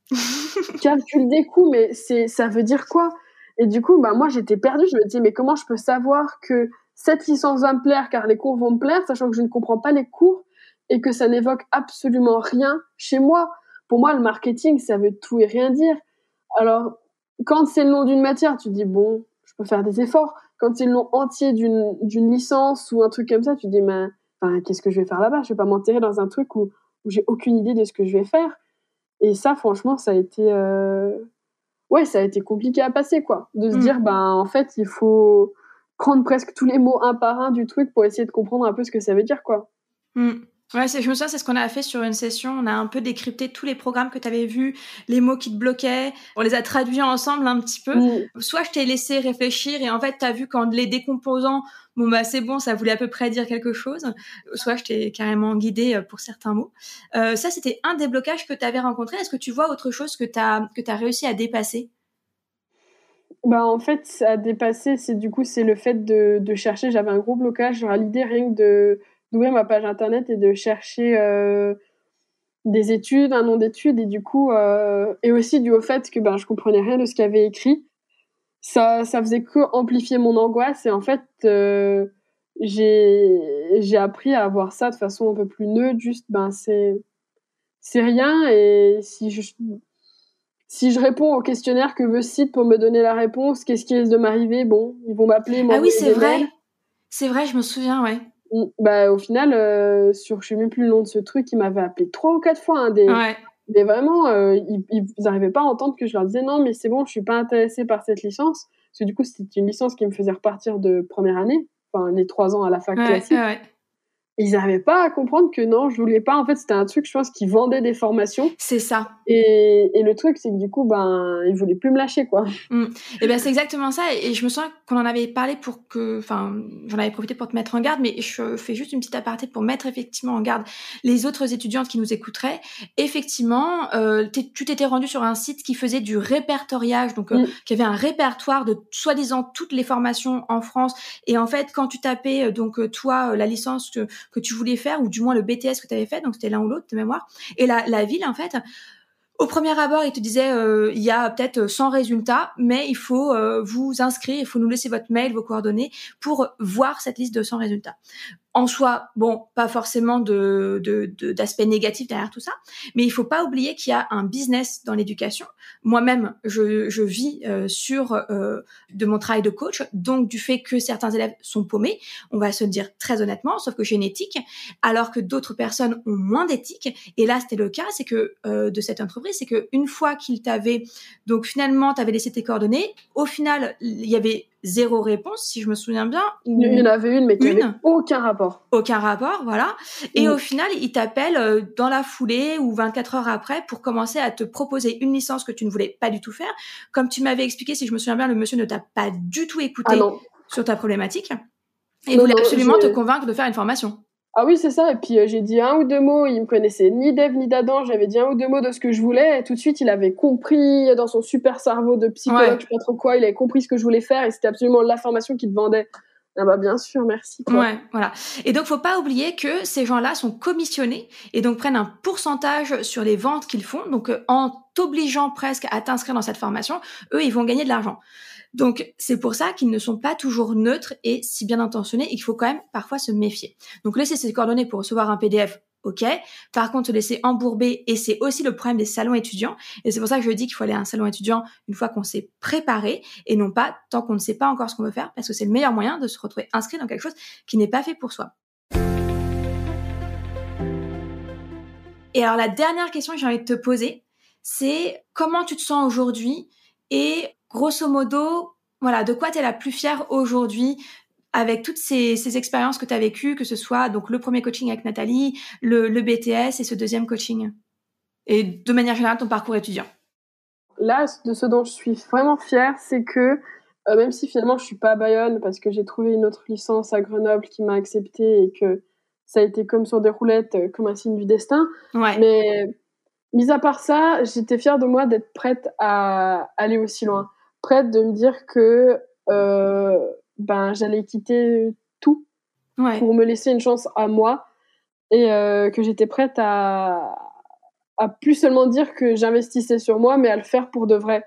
Calcul des coûts, mais c'est, ça veut dire quoi ? Et du coup, bah, moi, j'étais perdue. Je me disais, mais comment je peux savoir que cette licence va me plaire car les cours vont me plaire, sachant que je ne comprends pas les cours et que ça n'évoque absolument rien chez moi. Pour moi, le marketing, ça veut tout et rien dire. Alors, quand c'est le nom d'une matière, tu te dis, bon, je peux faire des efforts. Quand c'est le nom entier d'une, d'une licence ou un truc comme ça, tu te dis, mais, enfin, qu'est-ce que je vais faire là-bas ? Je vais pas m'enterrer dans un truc où, où j'ai aucune idée de ce que je vais faire. Et ça, franchement, ça a été, euh... ouais, ça a été compliqué à passer, quoi. De se mmh. dire, ben, en fait, il faut prendre presque tous les mots un par un du truc pour essayer de comprendre un peu ce que ça veut dire, quoi. Mmh. Ouais, c'est, je me souviens, c'est ce qu'on a fait sur une session. On a un peu décrypté tous les programmes que tu avais vus, les mots qui te bloquaient. On les a traduits ensemble un petit peu. Mmh. Soit je t'ai laissé réfléchir et en fait, tu as vu qu'en les décomposant, bon, bah, c'est bon, ça voulait à peu près dire quelque chose. Soit je t'ai carrément guidé pour certains mots. Euh, ça, c'était un des blocages que tu avais rencontré. Est-ce que tu vois autre chose que tu as que tu as réussi à dépasser ? Bah, en fait, à dépasser, c'est du coup, c'est le fait de, de chercher. J'avais un gros blocage, genre à l'idée rien que de, d'ouvrir ma page internet et de chercher euh, des études, un nom d'études, et du coup, euh, et aussi dû au fait que ben, je comprenais rien de ce qu'il y avait écrit. ça, ça faisait que amplifier mon angoisse. Et en fait, euh, j'ai, j'ai appris à voir ça de façon un peu plus neutre. Juste, ben, c'est, c'est rien. Et si je, si je réponds au questionnaire que veut ce site pour me donner la réponse, qu'est-ce qui risque de m'arriver? Bon, ils vont m'appeler, m'envoyer Ah oui, c'est des vrai. mails. C'est vrai, je me souviens, ouais. Bah, au final, euh, sur, je sais même plus le nom de ce truc, ils m'avaient appelé trois ou quatre fois, hein, des, Ouais. mais vraiment, euh, ils, ils arrivaient pas à entendre que je leur disais non, mais c'est bon, je suis pas intéressée par cette licence. Parce que du coup, c'était une licence qui me faisait repartir de première année, enfin, les trois ans à la fac Ouais, classique. ouais. Et ils n'arrivaient pas à comprendre que non, je voulais pas. En fait, c'était un truc, je pense, qui vendait des formations. C'est ça. Et, et le truc, c'est que du coup, ben, ils voulaient plus me lâcher, quoi. Mm. Et ben c'est exactement ça. Et je me souviens qu'on en avait parlé pour que, enfin, j'en avais profité pour te mettre en garde, mais je fais juste une petite aparté pour mettre effectivement en garde les autres étudiantes qui nous écouteraient. Effectivement, euh, tu t'étais rendu sur un site qui faisait du répertoriage, donc euh, mm. qui avait un répertoire de soi-disant toutes les formations en France. Et en fait, quand tu tapais donc toi la licence que que tu voulais faire, ou du moins le B T S que tu avais fait, donc c'était l'un ou l'autre de mémoire, et la la ville en fait. Au premier abord, il te disait euh, il y a peut-être cent résultats, mais il faut euh, vous inscrire, il faut nous laisser votre mail, vos coordonnées pour voir cette liste de cent résultats. En soi, bon, pas forcément de, de, de, d'aspect négatif derrière tout ça, mais il faut pas oublier qu'il y a un business dans l'éducation. Moi-même, je, je vis euh, sur euh, de mon travail de coach, donc du fait que certains élèves sont paumés, on va se le dire très honnêtement, sauf que j'ai une éthique, alors que d'autres personnes ont moins d'éthique. Et là, c'était le cas, c'est que euh, de cette entreprise, c'est que une fois qu'ils t'avaient, donc finalement, t'avais laissé tes coordonnées, au final, il y avait zéro réponse, si je me souviens bien. Ou il y en avait une, mais qui n'avait aucun rapport. Aucun rapport, voilà. Et mmh. au final, ils t'appellent dans la foulée ou vingt-quatre heures après pour commencer à te proposer une licence que tu ne voulais pas du tout faire. Comme tu m'avais expliqué, si je me souviens bien, le monsieur ne t'a pas du tout écouté ah sur ta problématique et non, voulait non, absolument j'ai... te convaincre de faire une formation. Ah oui, c'est ça. Et puis, euh, j'ai dit un ou deux mots. Il me connaissait ni d'Ève ni d'Adam. J'avais dit un ou deux mots de ce que je voulais. Et tout de suite, il avait compris dans son super cerveau de psychologue, ouais. je sais pas trop quoi. Il avait compris ce que je voulais faire et c'était absolument la formation qu'il te vendait. Ah bah bien sûr, merci. Quoi. Ouais, voilà. Et donc, faut pas oublier que ces gens-là sont commissionnés et donc prennent un pourcentage sur les ventes qu'ils font. Donc, euh, en t'obligeant presque à t'inscrire dans cette formation, eux, ils vont gagner de l'argent. Donc, c'est pour ça qu'ils ne sont pas toujours neutres et si bien intentionnés et qu'il faut quand même parfois se méfier. Donc, laisser ses coordonnées pour recevoir un P D F, ok. Par contre, se laisser embourber, et c'est aussi le problème des salons étudiants. Et c'est pour ça que je dis qu'il faut aller à un salon étudiant une fois qu'on s'est préparé et non pas tant qu'on ne sait pas encore ce qu'on veut faire parce que c'est le meilleur moyen de se retrouver inscrit dans quelque chose qui n'est pas fait pour soi. Et alors, la dernière question que j'ai envie de te poser, c'est comment tu te sens aujourd'hui et grosso modo, voilà, de quoi tu es la plus fière aujourd'hui avec toutes ces, ces expériences que tu as vécues, que ce soit donc le premier coaching avec Nathalie, le, le B T S et ce deuxième coaching. Et de manière générale, ton parcours étudiant. Là, de ce dont je suis vraiment fière, c'est que euh, même si finalement je suis pas à Bayonne parce que j'ai trouvé une autre licence à Grenoble qui m'a acceptée et que ça a été comme sur des roulettes, euh, comme un signe du destin. Ouais. Mais mis à part ça, j'étais fière de moi d'être prête à aller aussi loin. Prête de me dire que euh, ben, j'allais quitter tout ouais. pour me laisser une chance à moi et euh, que j'étais prête à, à plus seulement dire que j'investissais sur moi, mais à le faire pour de vrai.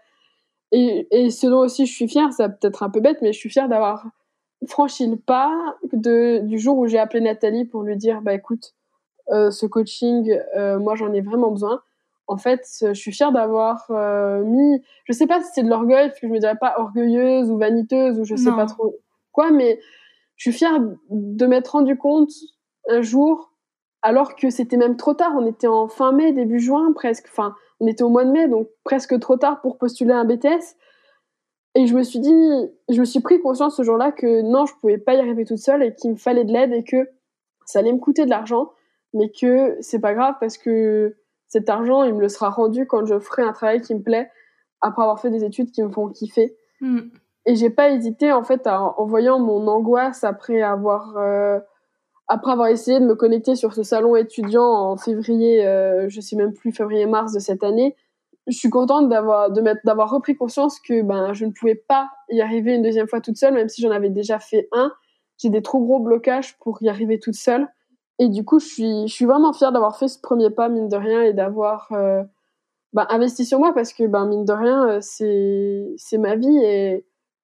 Et, et ce dont aussi je suis fière, ça peut être un peu bête, mais je suis fière d'avoir franchi le pas de, du jour où j'ai appelé Nathalie pour lui dire bah écoute, euh, ce coaching, euh, moi j'en ai vraiment besoin. En fait, je suis fière d'avoir euh, mis, je sais pas si c'est de l'orgueil, parce que je me dirais pas orgueilleuse ou vaniteuse ou je sais non. pas trop quoi, mais je suis fière de m'être rendu compte un jour, alors que c'était même trop tard, on était en fin mai, début juin presque, enfin on était au mois de mai, donc presque trop tard pour postuler à un B T S. Et je me suis dit, je me suis pris conscience ce jour-là que non, je pouvais pas y arriver toute seule et qu'il me fallait de l'aide et que ça allait me coûter de l'argent, mais que c'est pas grave parce que cet argent, il me le sera rendu quand je ferai un travail qui me plaît, après avoir fait des études qui me font kiffer. Mm. Et j'ai pas hésité, en fait, à, en voyant mon angoisse après avoir, euh, après avoir essayé de me connecter sur ce salon étudiant en février, euh, je sais même plus, février-mars de cette année. Je suis contente d'avoir, de m'être, d'avoir repris conscience que ben, je ne pouvais pas y arriver une deuxième fois toute seule, même si j'en avais déjà fait un. J'ai des trop gros blocages pour y arriver toute seule. Et du coup, je suis, je suis vraiment fière d'avoir fait ce premier pas, mine de rien, et d'avoir euh, ben, investi sur moi parce que, ben, mine de rien, c'est, c'est ma vie et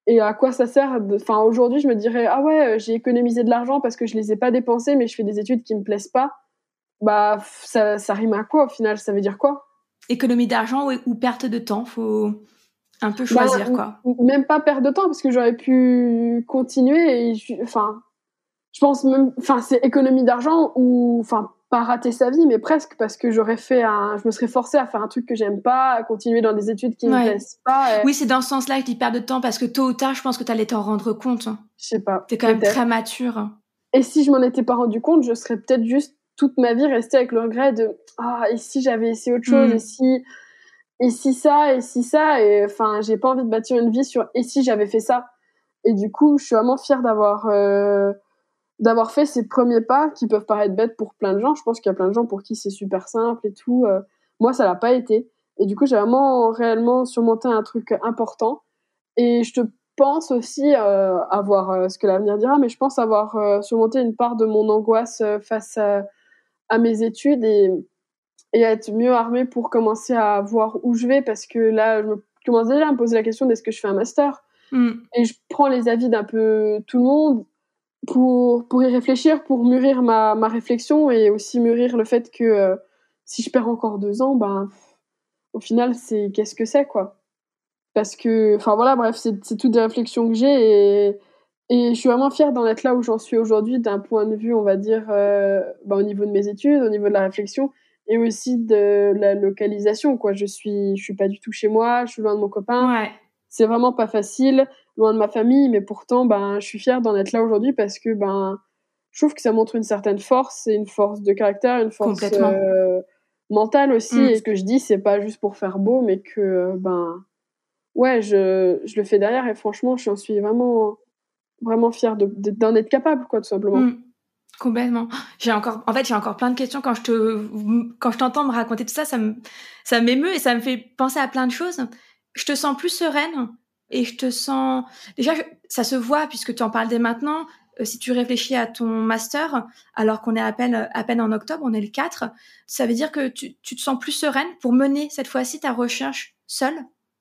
Et à quoi ça sert de... Enfin, aujourd'hui, je me dirais, ah ouais, j'ai économisé de l'argent parce que je les ai pas dépensés, mais je fais des études qui me plaisent pas. Bah, ça, ça rime à quoi, au final? Ça veut dire quoi? Économie d'argent ou, ou perte de temps, faut un peu choisir, bah, quoi. Même pas perdre de temps, parce que j'aurais pu continuer et, je... enfin, je pense même, enfin, c'est économie d'argent ou, enfin, pas rater sa vie, mais presque, parce que j'aurais fait un, je me serais forcée à faire un truc que j'aime pas, à continuer dans des études qui ouais. me plaisent pas. Et... Oui, c'est dans ce sens-là que je dis perte de temps, parce que tôt ou tard, je pense que t'allais t'en rendre compte. Je sais pas. T'es quand même très mature. Et si je m'en étais pas rendu compte, je serais peut-être juste toute ma vie restée avec le regret de, ah, et si j'avais essayé autre chose, mmh. et si, et si ça, et si ça, et enfin, j'ai pas envie de bâtir une vie sur, et si j'avais fait ça. Et du coup, je suis vraiment fière d'avoir, euh, d'avoir fait ces premiers pas qui peuvent paraître bêtes pour plein de gens. Je pense qu'il y a plein de gens pour qui c'est super simple et tout. Euh, moi, ça l'a pas été. Et du coup, j'ai vraiment réellement surmonté un truc important. Et je te pense aussi euh, avoir euh, ce que l'avenir dira, mais je pense avoir euh, surmonté une part de mon angoisse euh, face à, à mes études et, et à être mieux armée pour commencer à voir où je vais, parce que là, je me commence déjà à me poser la question d'est-ce que je fais un master. Mm. Et je prends les avis d'un peu tout le monde pour, pour y réfléchir, pour mûrir ma, ma réflexion et aussi mûrir le fait que euh, si je perds encore deux ans, ben, au final, c'est qu'est-ce que c'est, quoi. Parce que, enfin voilà, bref, c'est, c'est toutes des réflexions que j'ai et, et je suis vraiment fière d'en être là où j'en suis aujourd'hui d'un point de vue, on va dire, euh, bah, au niveau de mes études, au niveau de la réflexion et aussi de la localisation, quoi. Je suis, je suis pas du tout chez moi, je suis loin de mon copain. Ouais. C'est vraiment pas facile, loin de ma famille, mais pourtant, ben, je suis fière d'en être là aujourd'hui parce que, ben, je trouve que ça montre une certaine force et une force de caractère, une force euh, mentale aussi. Mm. Et ce que je dis, c'est pas juste pour faire beau, mais que, ben, ouais, je, je le fais derrière et franchement, j'en suis vraiment, vraiment fière de, de, d'en être capable, quoi, tout simplement. Mmh, complètement. J'ai encore, en fait, j'ai encore plein de questions quand je te, quand je t'entends me raconter tout ça, ça me, ça m'émeut et ça me fait penser à plein de choses. Je te sens plus sereine et je te sens, déjà, ça se voit puisque tu en parles dès maintenant. Euh, si tu réfléchis à ton master, alors qu'on est à peine, à peine en octobre, on est le quatre, ça veut dire que tu, tu te sens plus sereine pour mener cette fois-ci ta recherche seule?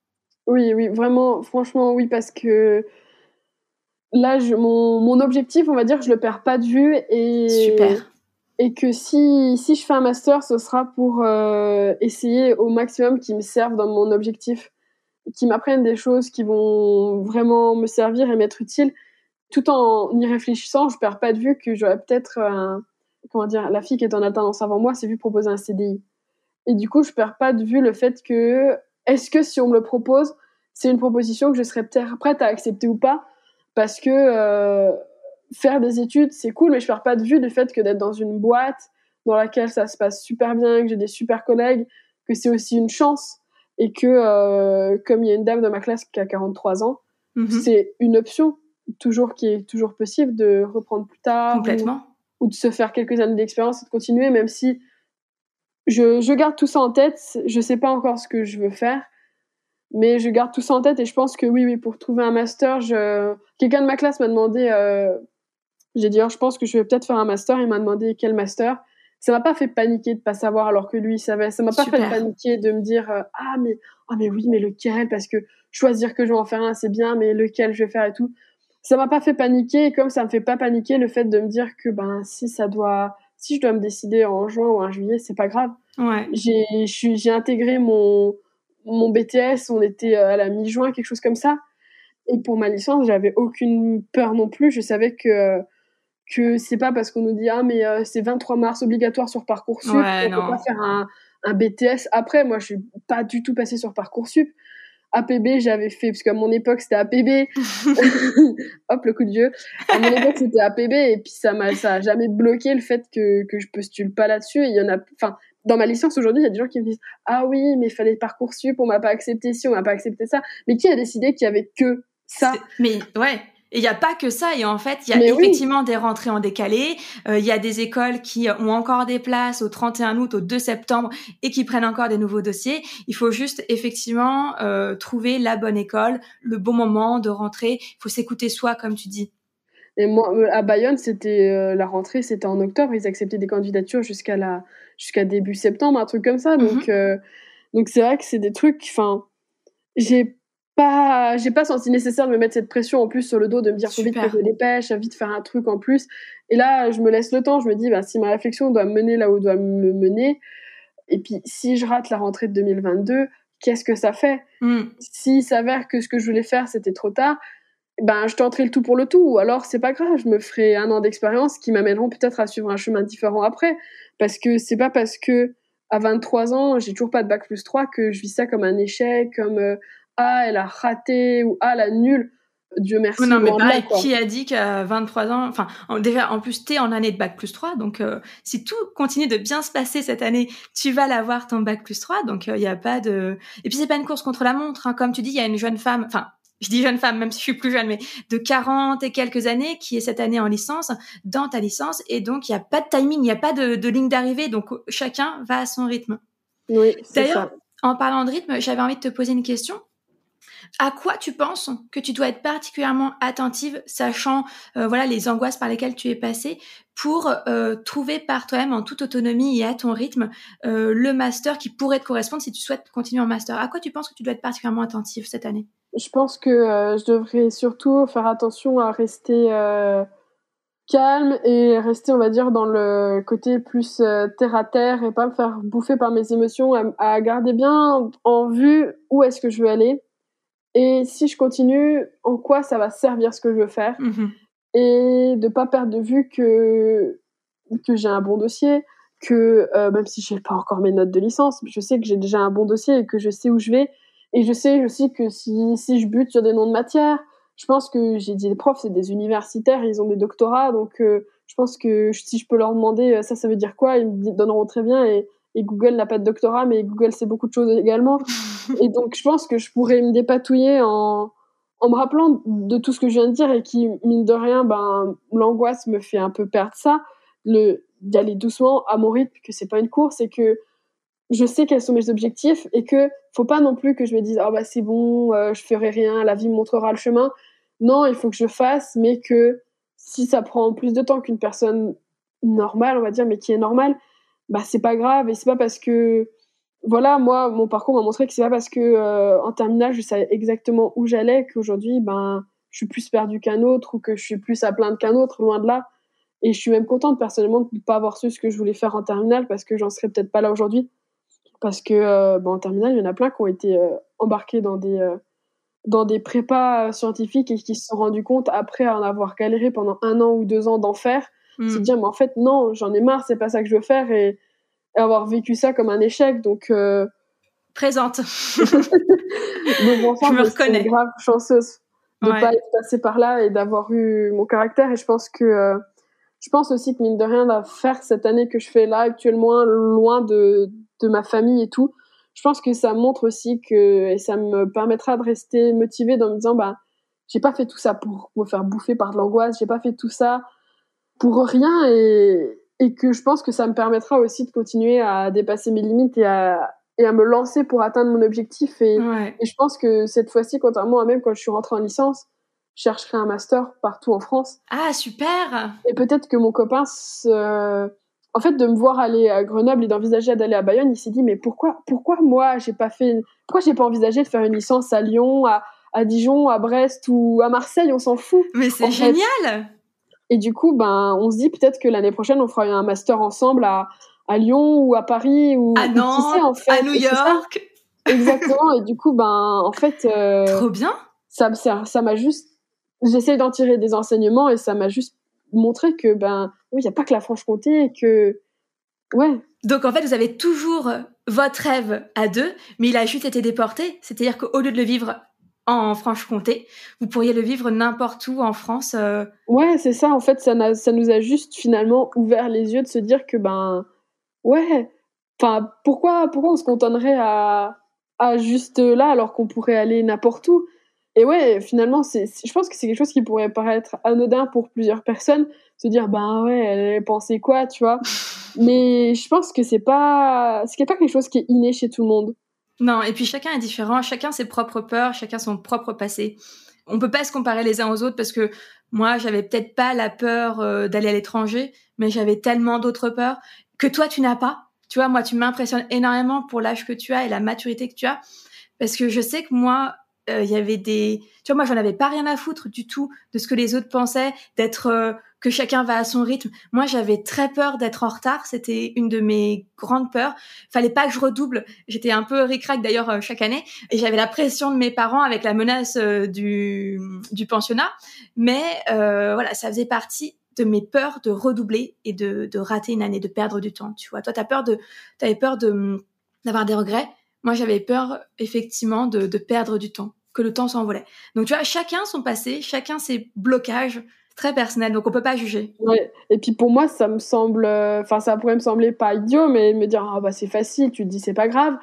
Oui, oui, vraiment, franchement, oui, parce que là, je, mon, mon objectif, on va dire, je le perds pas de vue et, super. Et que si, si je fais un master, ce sera pour euh, essayer au maximum qu'ils me servent dans mon objectif, qu'ils m'apprennent des choses qui vont vraiment me servir et m'être utiles, tout en y réfléchissant. Je perds pas de vue que j'aurais peut-être, un, comment dire, la fille qui est en alternance avant moi s'est vue proposer un C D I. Et du coup, je perds pas de vue le fait que, est-ce que si on me le propose, c'est une proposition que je serais peut-être prête à accepter ou pas, parce que euh, faire des études, c'est cool, mais je perds pas de vue du fait que d'être dans une boîte dans laquelle ça se passe super bien, que j'ai des super collègues, que c'est aussi une chance, et que, euh, comme il y a une dame dans ma classe qui a quarante-trois ans, mm-hmm. c'est une option, toujours qui est toujours possible de reprendre plus tard. Complètement. Ou, ou de se faire quelques années d'expérience et de continuer, même si je, je garde tout ça en tête. Je sais pas encore ce que je veux faire, mais je garde tout ça en tête et je pense que oui, oui, pour trouver un master, je... quelqu'un de ma classe m'a demandé, euh... j'ai dit, oh, je pense que je vais peut-être faire un master. Il m'a demandé quel master. Ça m'a pas fait paniquer de pas savoir alors que lui il savait. Ça m'a pas Super. fait paniquer de me dire, euh, ah mais, oh, mais oui, mais lequel? Parce que choisir que je vais en faire un, c'est bien, mais lequel je vais faire et tout. Ça m'a pas fait paniquer, et comme ça me fait pas paniquer le fait de me dire que ben si ça doit, si je dois me décider en juin ou en juillet, c'est pas grave. Ouais. J'ai, j'ai intégré mon mon B T S, on était à la mi-juin, quelque chose comme ça. Et pour ma licence, j'avais aucune peur non plus. Je savais que que c'est pas parce qu'on nous dit ah mais euh, c'est vingt-trois mars obligatoire sur Parcoursup, ouais, on peut pas faire un un B T S. Après, moi, je suis pas du tout passée sur Parcoursup. A P B, j'avais fait, parce qu'à mon époque, c'était A P B. Hop, le coup de vieux. À mon époque, c'était A P B, et puis ça m'a, ça a jamais bloqué le fait que, que je postule pas là-dessus. Et il y en a, enfin, dans ma licence aujourd'hui, il y a des gens qui me disent, ah oui, mais il fallait Parcoursup, on m'a pas accepté ci, on m'a pas accepté ça. Mais qui a décidé qu'il y avait que ça? C'est... Mais, ouais. Et il n'y a pas que ça, et en fait, il y a Mais effectivement oui. des rentrées en décalé, il euh, y a des écoles qui ont encore des places au trente et un août, au deux septembre, et qui prennent encore des nouveaux dossiers. Il faut juste effectivement euh, trouver la bonne école, le bon moment de rentrer, il faut s'écouter soi, comme tu dis. Et moi, à Bayonne, c'était euh, la rentrée, c'était en octobre, ils acceptaient des candidatures jusqu'à la, jusqu'à début septembre, un truc comme ça. Donc, mm-hmm. euh, donc c'est vrai que c'est des trucs, enfin, j'ai pas, j'ai pas senti nécessaire de me mettre cette pression en plus sur le dos, de me dire faut vite que je me dépêche, vite faire un truc en plus. Et là, je me laisse le temps, je me dis bah, si ma réflexion doit me mener là où elle doit me mener, et puis si je rate la rentrée de deux mille vingt-deux, qu'est-ce que ça fait? mm. S'il s'avère que ce que je voulais faire c'était trop tard, ben je tenterai le tout pour le tout, ou alors c'est pas grave, je me ferai un an d'expérience qui m'amèneront peut-être à suivre un chemin différent après, parce que c'est pas parce que à vingt-trois ans j'ai toujours pas de bac plus trois que je vis ça comme un échec, comme euh, ah elle a raté, ou ah la nulle. Dieu merci. Non, mais pareil, là, qui a dit qu'à vingt-trois ans, enfin, en, déjà, en plus, t'es en année de bac plus trois, donc euh, si tout continue de bien se passer cette année, tu vas l'avoir ton bac plus trois, donc il euh, y a pas de... Et puis c'est pas une course contre la montre, hein. Comme tu dis, il y a une jeune femme, enfin, je dis jeune femme, même si je suis plus jeune, mais de quarante et quelques années, qui est cette année en licence, dans ta licence, et donc il y a pas de timing, il y a pas de, de ligne d'arrivée, donc chacun va à son rythme. Oui, c'est D'ailleurs, ça. En parlant de rythme, j'avais envie de te poser une question. À quoi tu penses que tu dois être particulièrement attentive, sachant euh, voilà les angoisses par lesquelles tu es passée, pour euh, trouver par toi-même en toute autonomie et à ton rythme euh, le master qui pourrait te correspondre si tu souhaites continuer en master? À quoi tu penses que tu dois être particulièrement attentive cette année? Je pense que euh, je devrais surtout faire attention à rester euh, calme et rester, on va dire, dans le côté plus euh, terre à terre et pas me faire bouffer par mes émotions, à, à garder bien en vue où est-ce que je veux aller. Et si je continue, en quoi ça va servir ce que je veux faire, mmh. Et de pas perdre de vue que que j'ai un bon dossier, que euh, même si j'ai pas encore mes notes de licence, je sais que j'ai déjà un bon dossier et que je sais où je vais, et je sais aussi que si si je bute sur des noms de matière, je pense que j'ai dit les profs, c'est des universitaires, ils ont des doctorats, donc euh, je pense que si je peux leur demander ça, ça veut dire quoi, ils me donneront très bien. Et Et Google n'a pas de doctorat, mais Google sait beaucoup de choses également. Et donc, je pense que je pourrais me dépatouiller en, en me rappelant de tout ce que je viens de dire, et qui, mine de rien, ben, l'angoisse me fait un peu perdre ça, le, d'aller doucement à mon rythme, que c'est pas une course, et que je sais quels sont mes objectifs, et que faut pas non plus que je me dise, ah oh, bah c'est bon, euh, je ferai rien, la vie me montrera le chemin. Non, il faut que je fasse, mais que si ça prend plus de temps qu'une personne normale, on va dire, mais qui est normale, bah c'est pas grave. Et c'est pas parce que, voilà, moi mon parcours m'a montré que c'est pas parce que euh, en terminale je savais exactement où j'allais qu'aujourd'hui ben je suis plus perdue qu'un autre, ou que je suis plus à plaindre qu'un autre, loin de là. Et je suis même contente personnellement de ne pas avoir su ce que je voulais faire en terminale, parce que j'en serais peut-être pas là aujourd'hui, parce que euh, ben, en terminale il y en a plein qui ont été euh, embarqués dans des euh, dans des prépas scientifiques et qui se sont rendus compte après en avoir galéré pendant un an ou deux ans d'enfer, mmh. se dire mais en fait non, j'en ai marre, c'est pas ça que je veux faire, et, et avoir vécu ça comme un échec. Donc euh... présente. donc enfin, je me reconnais. Grave chanceuse de ouais. pas être passée par là et d'avoir eu mon caractère. Et je pense que euh, je pense aussi que mine de rien, à faire cette année que je fais là actuellement, loin de de ma famille et tout, je pense que ça montre aussi que, et ça me permettra de rester motivée dans me disant bah j'ai pas fait tout ça pour me faire bouffer par de l'angoisse, j'ai pas fait tout ça pour rien, et et que je pense que ça me permettra aussi de continuer à dépasser mes limites et à et à me lancer pour atteindre mon objectif. Et, ouais. et je pense que cette fois-ci, contrairement à même quand je suis rentrée en licence, je chercherai un master partout en France. Ah super. Et peut-être que mon copain se... en fait, de me voir aller à Grenoble et d'envisager d'aller à Bayonne, il s'est dit mais pourquoi, pourquoi moi j'ai pas fait, pourquoi j'ai pas envisagé de faire une licence à Lyon, à, à Dijon, à Brest ou à Marseille, on s'en fout. Mais c'est génial. Fait. Et du coup, ben, on se dit peut-être que l'année prochaine, on fera un master ensemble à, à Lyon ou à Paris ou à Nantes, qui sait, en fait, à New York. Exactement. Et du coup, ben, en fait, euh, trop bien. Ça, ça, ça m'a juste, j'essaie d'en tirer des enseignements, et ça m'a juste montré que ben, oui, il y a pas que la Franche-Comté, et que, ouais. Donc en fait, vous avez toujours votre rêve à deux, mais il a juste été déporté. C'est-à-dire qu'au lieu de le vivre en Franche-Comté, vous pourriez le vivre n'importe où en France. Euh... Ouais, c'est ça. En fait, ça, n'a, ça nous a juste finalement ouvert les yeux de se dire que ben, ouais. Enfin, pourquoi, pourquoi on se cantonnerait à, à juste là alors qu'on pourrait aller n'importe où? Et ouais, finalement, c'est, c'est, je pense que c'est quelque chose qui pourrait paraître anodin pour plusieurs personnes, se dire ben ouais, elle pensait quoi, tu vois. Mais je pense que c'est pas, c'est pas quelque chose qui est inné chez tout le monde. Non, et puis chacun est différent, chacun ses propres peurs, chacun son propre passé. On peut pas se comparer les uns aux autres, parce que moi, j'avais peut-être pas la peur euh, d'aller à l'étranger, mais j'avais tellement d'autres peurs que toi, tu n'as pas. Tu vois, moi, tu m'impressionnes énormément pour l'âge que tu as et la maturité que tu as, parce que je sais que moi, il euh, y avait des, tu vois, moi j'en avais pas rien à foutre du tout de ce que les autres pensaient, d'être euh, que chacun va à son rythme. Moi j'avais très peur d'être en retard, c'était une de mes grandes peurs. Fallait pas que je redouble. J'étais un peu ric-rac d'ailleurs euh, chaque année, et j'avais la pression de mes parents avec la menace euh, du du pensionnat. Mais euh, voilà, ça faisait partie de mes peurs de redoubler et de de rater une année, de perdre du temps. Tu vois, toi t'as peur de, t'avais peur de d'avoir des regrets. Moi, j'avais peur, effectivement, de, de perdre du temps, que le temps s'envolait. Donc, tu vois, chacun son passé, chacun ses blocages, très personnels, donc on peut pas juger. Ouais. Et puis pour moi, ça me semble, enfin, ça pourrait me sembler pas idiot, mais me dire, ah bah c'est facile, tu te dis c'est pas grave.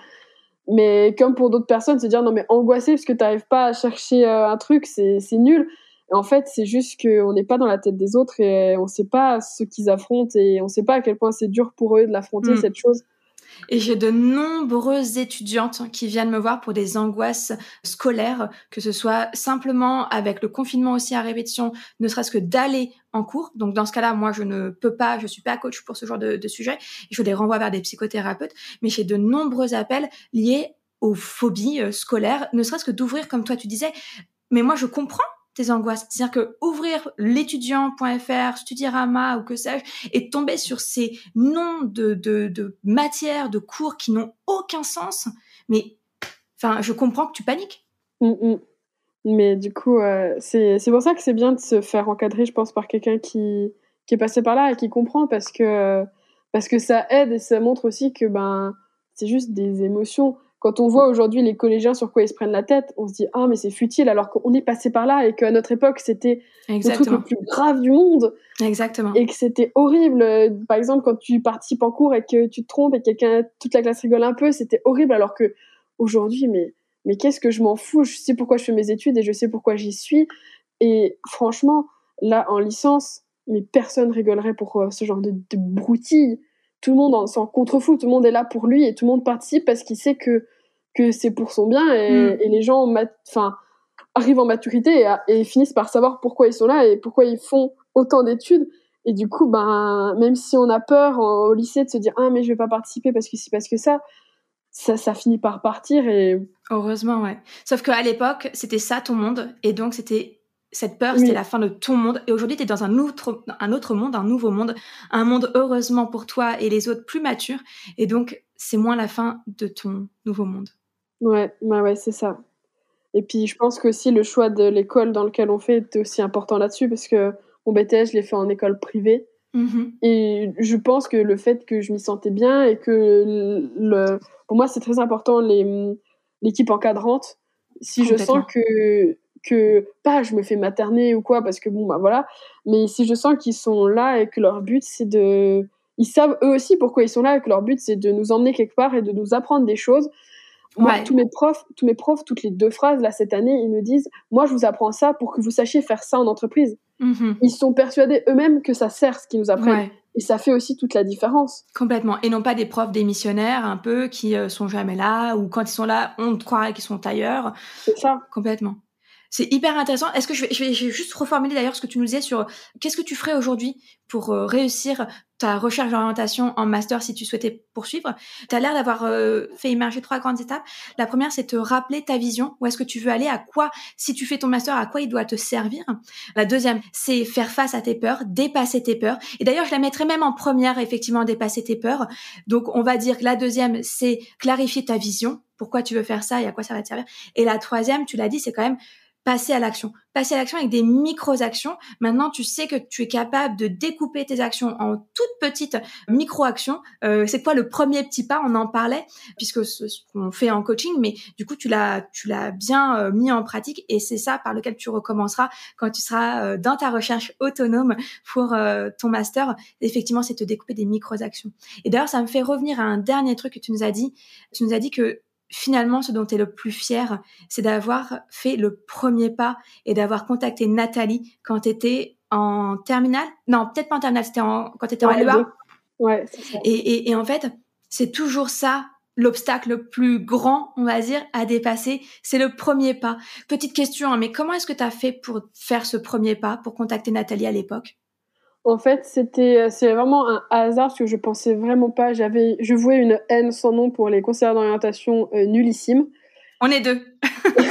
Mais comme pour d'autres personnes, se dire, non mais angoissé parce que t'arrives pas à chercher euh, un truc, c'est, c'est nul. Et en fait, c'est juste qu'on n'est pas dans la tête des autres et on sait pas ce qu'ils affrontent et on sait pas à quel point c'est dur pour eux de l'affronter, Mm. cette chose. Et j'ai de nombreuses étudiantes qui viennent me voir pour des angoisses scolaires, que ce soit simplement avec le confinement aussi à répétition, ne serait-ce que d'aller en cours. Donc dans ce cas-là, moi je ne peux pas, je suis pas coach pour ce genre de, de sujet. Je les renvoie vers des psychothérapeutes. Mais j'ai de nombreux appels liés aux phobies euh, scolaires, ne serait-ce que d'ouvrir, comme toi tu disais. Mais moi je comprends tes angoisses. C'est-à-dire que ouvrir l'étudiant point f r, Studirama ou que sais-je, et tomber sur ces noms de, de, de matières, de cours qui n'ont aucun sens, mais enfin, je comprends que tu paniques. Mm-mm. Mais du coup, euh, c'est, c'est pour ça que c'est bien de se faire encadrer, je pense, par quelqu'un qui, qui est passé par là et qui comprend, parce que, parce que ça aide et ça montre aussi que ben, c'est juste des émotions. Quand on voit aujourd'hui les collégiens sur quoi ils se prennent la tête, on se dit « Ah, mais c'est futile », alors qu'on est passé par là et qu'à notre époque, c'était le truc le plus grave du monde. Exactement. Et que c'était horrible. Par exemple, quand tu participes en cours et que tu te trompes et que quelqu'un, toute la classe rigole un peu, c'était horrible, alors que aujourd'hui, mais, mais qu'est-ce que je m'en fous, je sais pourquoi je fais mes études et je sais pourquoi j'y suis. Et franchement, là, en licence, mais personne rigolerait pour euh, ce genre de, de broutilles. Tout le monde s'en contrefout, tout le monde est là pour lui et tout le monde participe parce qu'il sait que, que c'est pour son bien et, mm. et les gens mat- arrivent en maturité et, et finissent par savoir pourquoi ils sont là et pourquoi ils font autant d'études. Et du coup, ben, même si on a peur en, au lycée de se dire « Ah, mais je vais pas participer parce que c'est parce que ça », ça, ça finit par partir et... Heureusement, ouais. Sauf qu'à l'époque, c'était ça ton monde et donc c'était... Cette peur, c'était oui. la fin de ton monde. Et aujourd'hui, tu es dans un autre, un autre monde, un nouveau monde. Un monde, heureusement pour toi et les autres, plus mature. Et donc, c'est moins la fin de ton nouveau monde. Ouais, bah ouais, c'est ça. Et puis, je pense qu'aussi, le choix de l'école dans laquelle on fait était aussi important là-dessus, parce que mon B T S, je l'ai fait en école privée. Mm-hmm. Et je pense que le fait que je m'y sentais bien et que, le, pour moi, c'est très important, les, l'équipe encadrante. Si je sens que... que pas je me fais materner ou quoi parce que bon bah voilà, mais si je sens qu'ils sont là et que leur but c'est de, ils savent eux aussi pourquoi ils sont là et que leur but c'est de nous emmener quelque part et de nous apprendre des choses. Moi, ouais. tous mes profs, tous mes profs, toutes les deux phrases là cette année, ils me disent moi je vous apprends ça pour que vous sachiez faire ça en entreprise. Mm-hmm. Ils sont persuadés eux-mêmes que ça sert ce qu'ils nous apprennent. Ouais. Et ça fait aussi toute la différence. Complètement. Et non pas des profs démissionnaires un peu qui euh, sont jamais là ou quand ils sont là on croirait qu'ils sont ailleurs. C'est ça. Complètement. C'est hyper intéressant. Est-ce que je vais, je vais, je vais juste reformuler d'ailleurs ce que tu nous disais sur qu'est-ce que tu ferais aujourd'hui pour euh, réussir ta recherche d'orientation en master si tu souhaitais poursuivre. Tu as l'air d'avoir euh, fait émerger trois grandes étapes. La première, c'est te rappeler ta vision. Où est-ce que tu veux aller? À quoi, si tu fais ton master, à quoi il doit te servir? La deuxième, c'est faire face à tes peurs, dépasser tes peurs. Et d'ailleurs, je la mettrais même en première, effectivement, dépasser tes peurs. Donc, on va dire que la deuxième, c'est clarifier ta vision. Pourquoi tu veux faire ça et à quoi ça va te servir? Et la troisième, tu l'as dit, c'est quand même passer à l'action. Passer à l'action avec des micro-actions. Maintenant, tu sais que tu es capable de découper tes actions en toutes petites micro-actions. Euh, c'est quoi le premier petit pas? On en parlait, puisque c'est ce qu'on fait en coaching, mais du coup, tu l'as, tu l'as bien euh, mis en pratique et c'est ça par lequel tu recommenceras quand tu seras euh, dans ta recherche autonome pour euh, ton master. Effectivement, c'est te découper des micro-actions. Et d'ailleurs, ça me fait revenir à un dernier truc que tu nous as dit. Tu nous as dit que finalement, ce dont tu es le plus fier, c'est d'avoir fait le premier pas et d'avoir contacté Nathalie quand tu étais en terminale. Non, peut-être pas en terminale, c'était en, quand tu étais ouais, en L E A. Ouais, c'est ça. Et, et, et en fait, c'est toujours ça, l'obstacle le plus grand, on va dire, à dépasser. C'est le premier pas. Petite question, hein, mais comment est-ce que tu as fait pour faire ce premier pas, pour contacter Nathalie à l'époque? En fait, c'était, c'est vraiment un hasard parce que je pensais vraiment pas. J'avais, je vouais une haine sans nom pour les conseillers d'orientation euh, nullissimes. On est deux.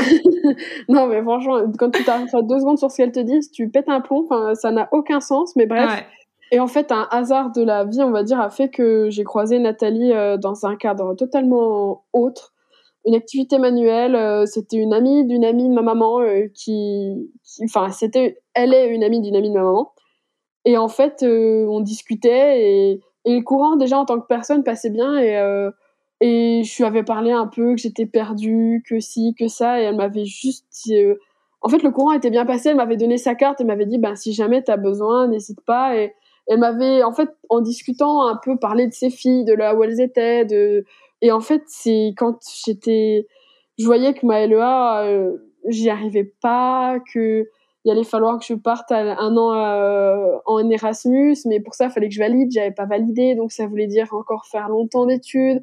Non, mais franchement, quand tu t'arrêtes deux secondes sur ce qu'elles te disent, tu pètes un plomb. Enfin, ça n'a aucun sens, mais bref. Ouais. Et en fait, un hasard de la vie, on va dire, a fait que j'ai croisé Nathalie euh, dans un cadre totalement autre. Une activité manuelle. Euh, c'était une amie d'une amie de ma maman euh, qui, qui, enfin, c'était, elle est une amie d'une amie de ma maman. Et en fait, euh, on discutait et, et le courant déjà en tant que personne passait bien et euh, et je lui avais parlé un peu que j'étais perdue, que ci, que ça, et elle m'avait juste, euh, en fait, le courant était bien passé. Elle m'avait donné sa carte, elle m'avait dit, ben si jamais t'as besoin, n'hésite pas. Et elle m'avait, en fait, en discutant un peu, parlé de ses filles, de là où elles étaient, de et en fait, c'est quand j'étais, je voyais que ma L E A, euh, j'y arrivais pas, que il allait falloir que je parte un an euh, en Erasmus, mais pour ça, il fallait que je valide. J'avais pas validé, donc ça voulait dire encore faire longtemps d'études.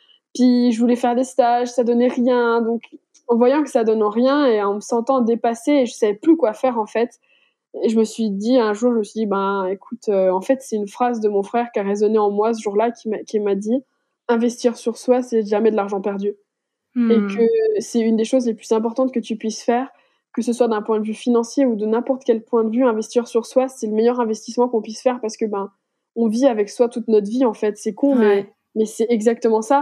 Puis je voulais faire des stages, ça donnait rien. Donc en voyant que ça donne rien et en me sentant dépassée, je savais plus quoi faire en fait. Et je me suis dit un jour, je me suis dit ben écoute, euh, en fait c'est une phrase de mon frère qui a résonné en moi ce jour-là, qui m'a, qui m'a dit investir sur soi, c'est jamais de l'argent perdu. Hmm. Et que c'est une des choses les plus importantes que tu puisses faire, que ce soit d'un point de vue financier ou de n'importe quel point de vue. Investir sur soi, c'est le meilleur investissement qu'on puisse faire parce que ben on vit avec soi toute notre vie en fait. C'est con, Ouais. mais mais c'est exactement ça.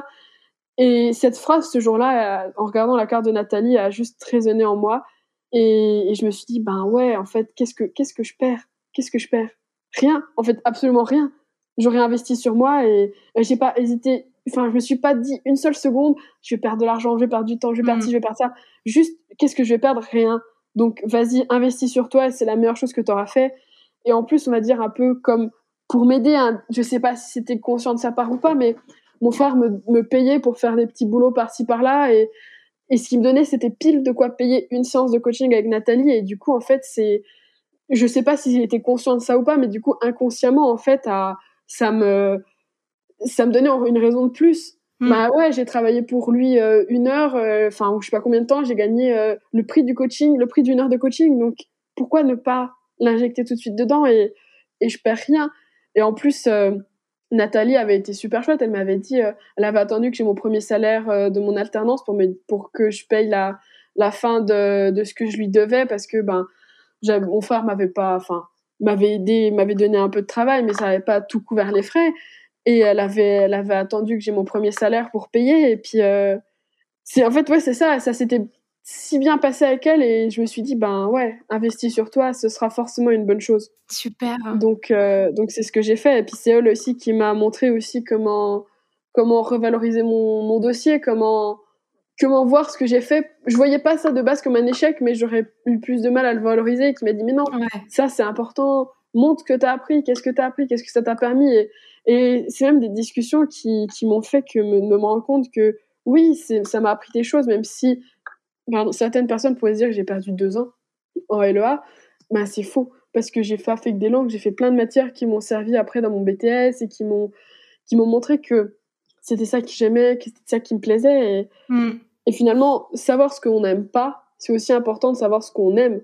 Et cette phrase, ce jour-là, en regardant la carte de Nathalie, a juste résonné en moi. Et, et je me suis dit, ben ouais, en fait, qu'est-ce que, qu'est-ce que je perds? Qu'est-ce que je perds? Rien. En fait, absolument rien. J'aurais investi sur moi et, et j'ai pas hésité. Enfin, je me suis pas dit une seule seconde, je vais perdre de l'argent, je vais perdre du temps, je vais perdre ci, je vais perdre ça. Juste, qu'est-ce que je vais perdre? Rien. Donc, vas-y, investis sur toi, c'est la meilleure chose que tu auras fait. Et en plus, on va dire un peu comme pour m'aider, hein, je sais pas si c'était conscient de sa part ou pas, mais mon frère me, me payait pour faire des petits boulots par-ci par-là et, et ce qu'il me donnait, c'était pile de quoi payer une séance de coaching avec Nathalie. Et du coup, en fait, c'est, je sais pas s'il était conscient de ça ou pas, mais du coup, inconsciemment, en fait, à, ça me, ça me donnait une raison de plus. Mmh. Bah ouais, j'ai travaillé pour lui euh, une heure, enfin, euh, ou je sais pas combien de temps, j'ai gagné euh, le prix du coaching, le prix d'une heure de coaching. Donc, pourquoi ne pas l'injecter tout de suite dedans et, et je perds rien. Et en plus, euh, Nathalie avait été super chouette. Elle m'avait dit, euh, elle avait attendu que j'ai mon premier salaire euh, de mon alternance pour me, pour que je paye la, la fin de, de ce que je lui devais parce que, ben, j'avais, mon frère m'avait pas, enfin, m'avait aidé, m'avait donné un peu de travail, mais ça avait pas tout couvert les frais. Et elle avait, elle avait attendu que j'ai mon premier salaire pour payer. Et puis, euh, c'est, en fait, ouais, c'est ça. Ça s'était si bien passé avec elle et je me suis dit, ben ouais, investis sur toi, ce sera forcément une bonne chose. Super. Donc, euh, donc c'est ce que j'ai fait. Et puis c'est elle aussi qui m'a montré aussi comment, comment revaloriser mon, mon dossier, comment, comment voir ce que j'ai fait. Je voyais pas ça de base comme un échec, mais j'aurais eu plus de mal à le valoriser. Et qui m'a dit, mais non, ouais. Ça c'est important. Montre ce que t'as appris. Qu'est-ce que t'as appris? Qu'est-ce que ça t'a permis? Et, et c'est même des discussions qui, qui m'ont fait que me, me rendre compte que oui, c'est, ça m'a appris des choses, même si ben, certaines personnes pourraient se dire que j'ai perdu deux ans en L E A. Ben, c'est faux, parce que j'ai pas fait que des langues, j'ai fait plein de matières qui m'ont servi après dans mon B T S et qui m'ont, qui m'ont montré que c'était ça que j'aimais, que c'était ça qui me plaisait. Et, mm. et finalement, savoir ce qu'on n'aime pas, c'est aussi important de savoir ce qu'on aime.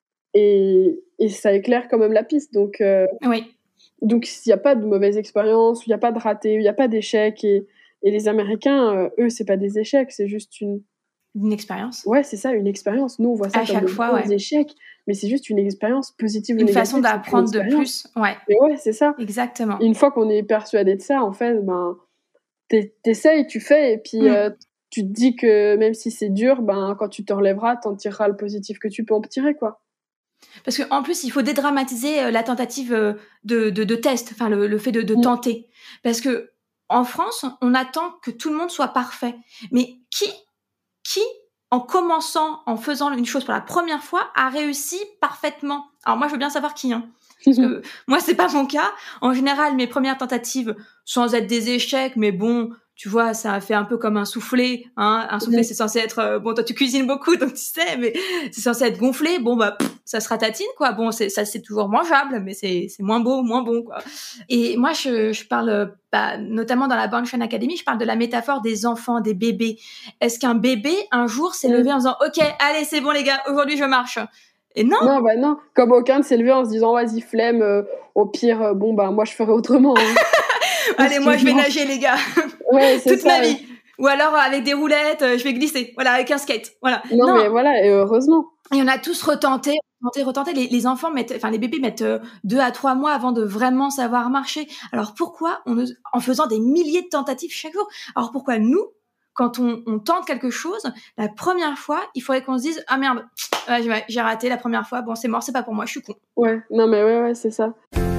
Et, et ça éclaire quand même la piste. Donc, euh, oui. Donc, s'il n'y a pas de mauvaise expérience, il n'y a pas de raté, il n'y a pas d'échec. Et, et les Américains, euh, eux, c'est pas des échecs, c'est juste une... Une expérience. Ouais, c'est ça, une expérience. Nous, on voit ça à comme chaque des fois, ouais. échecs, mais c'est juste une expérience positive ou une négative. Une façon d'apprendre de plus, ouais. Et ouais, c'est ça. Exactement. Et une fois qu'on est persuadé de ça, en fait, ben, t'essayes, tu fais, et puis mm. euh, tu te dis que même si c'est dur, ben, quand tu te relèveras, t'en tireras le positif que tu peux en tirer, quoi. Parce qu'en plus, il faut dédramatiser la tentative de, de, de test, enfin le, le fait de, de mmh. tenter. Parce que en France, on attend que tout le monde soit parfait. Mais qui, qui, en commençant, en faisant une chose pour la première fois, a réussi parfaitement? Alors moi, je veux bien savoir qui. Hein. Parce que moi, c'est pas mon cas. En général, mes premières tentatives, sans être des échecs, mais bon... Tu vois, ça a fait un peu comme un soufflé, hein. Un soufflé, mmh. c'est censé être, euh, bon, toi, tu cuisines beaucoup, donc tu sais, mais c'est censé être gonflé. Bon, bah, pff, ça se ratatine, quoi. Bon, c'est, ça, c'est toujours mangeable, mais c'est, c'est moins beau, moins bon, quoi. Et moi, je, je parle, bah, notamment dans la Born Shine Academy, je parle de la métaphore des enfants, des bébés. Est-ce qu'un bébé, un jour, s'est mmh. levé en disant, OK, allez, c'est bon, les gars, aujourd'hui, je marche? Et non. Non, bah, non. Comme aucun ne s'est levé en se disant, vas-y, flemme, euh, au pire, euh, bon, bah, moi, je ferai autrement. Hein. Allez, moi, je vais nager, les gars. Ouais, c'est toute ça, ma vie. Ou alors avec des roulettes, euh, je vais glisser. Voilà, avec un skate. Voilà. Non, non. mais voilà, et heureusement. Et on a tous retenté, retenté, retenté. Les, les enfants mettent, enfin les bébés mettent euh, deux à trois mois avant de vraiment savoir marcher. Alors pourquoi on, en faisant des milliers de tentatives chaque jour? Alors pourquoi nous, quand on, on tente quelque chose, la première fois, il faudrait qu'on se dise ah merde, ouais, j'ai raté la première fois. Bon, c'est mort, c'est pas pour moi, je suis con. Ouais, non mais ouais, ouais, c'est ça.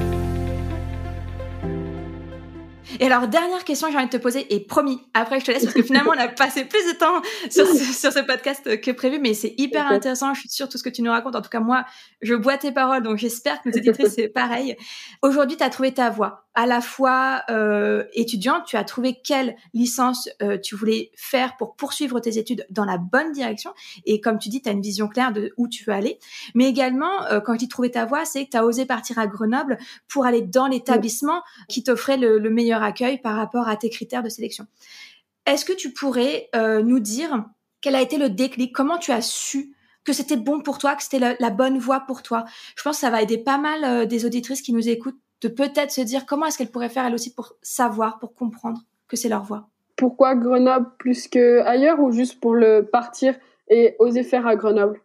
Et alors, dernière question que j'ai envie de te poser, et promis, après je te laisse, parce que finalement, on a passé plus de temps sur ce, sur ce podcast que prévu, mais c'est hyper okay. intéressant, je suis sûre, tout ce que tu nous racontes. En tout cas, moi, je bois tes paroles, donc j'espère que nos éditrices, c'est pareil. Aujourd'hui, tu as trouvé ta voie. À la fois euh, étudiante, tu as trouvé quelle licence euh, tu voulais faire pour poursuivre tes études dans la bonne direction. Et comme tu dis, tu as une vision claire de où tu veux aller. Mais également, euh, quand tu dis trouver ta voie, c'est que tu as osé partir à Grenoble pour aller dans l'établissement oui. qui t'offrait le, le meilleur accueil par rapport à tes critères de sélection. Est-ce que tu pourrais euh, nous dire quel a été le déclic? Comment tu as su que c'était bon pour toi, que c'était la, la bonne voie pour toi? Je pense que ça va aider pas mal euh, des auditrices qui nous écoutent de peut-être se dire comment est-ce qu'elles pourraient faire elles aussi pour savoir, pour comprendre que c'est leur voie. Pourquoi Grenoble plus qu'ailleurs ou juste pour le partir et oser faire à Grenoble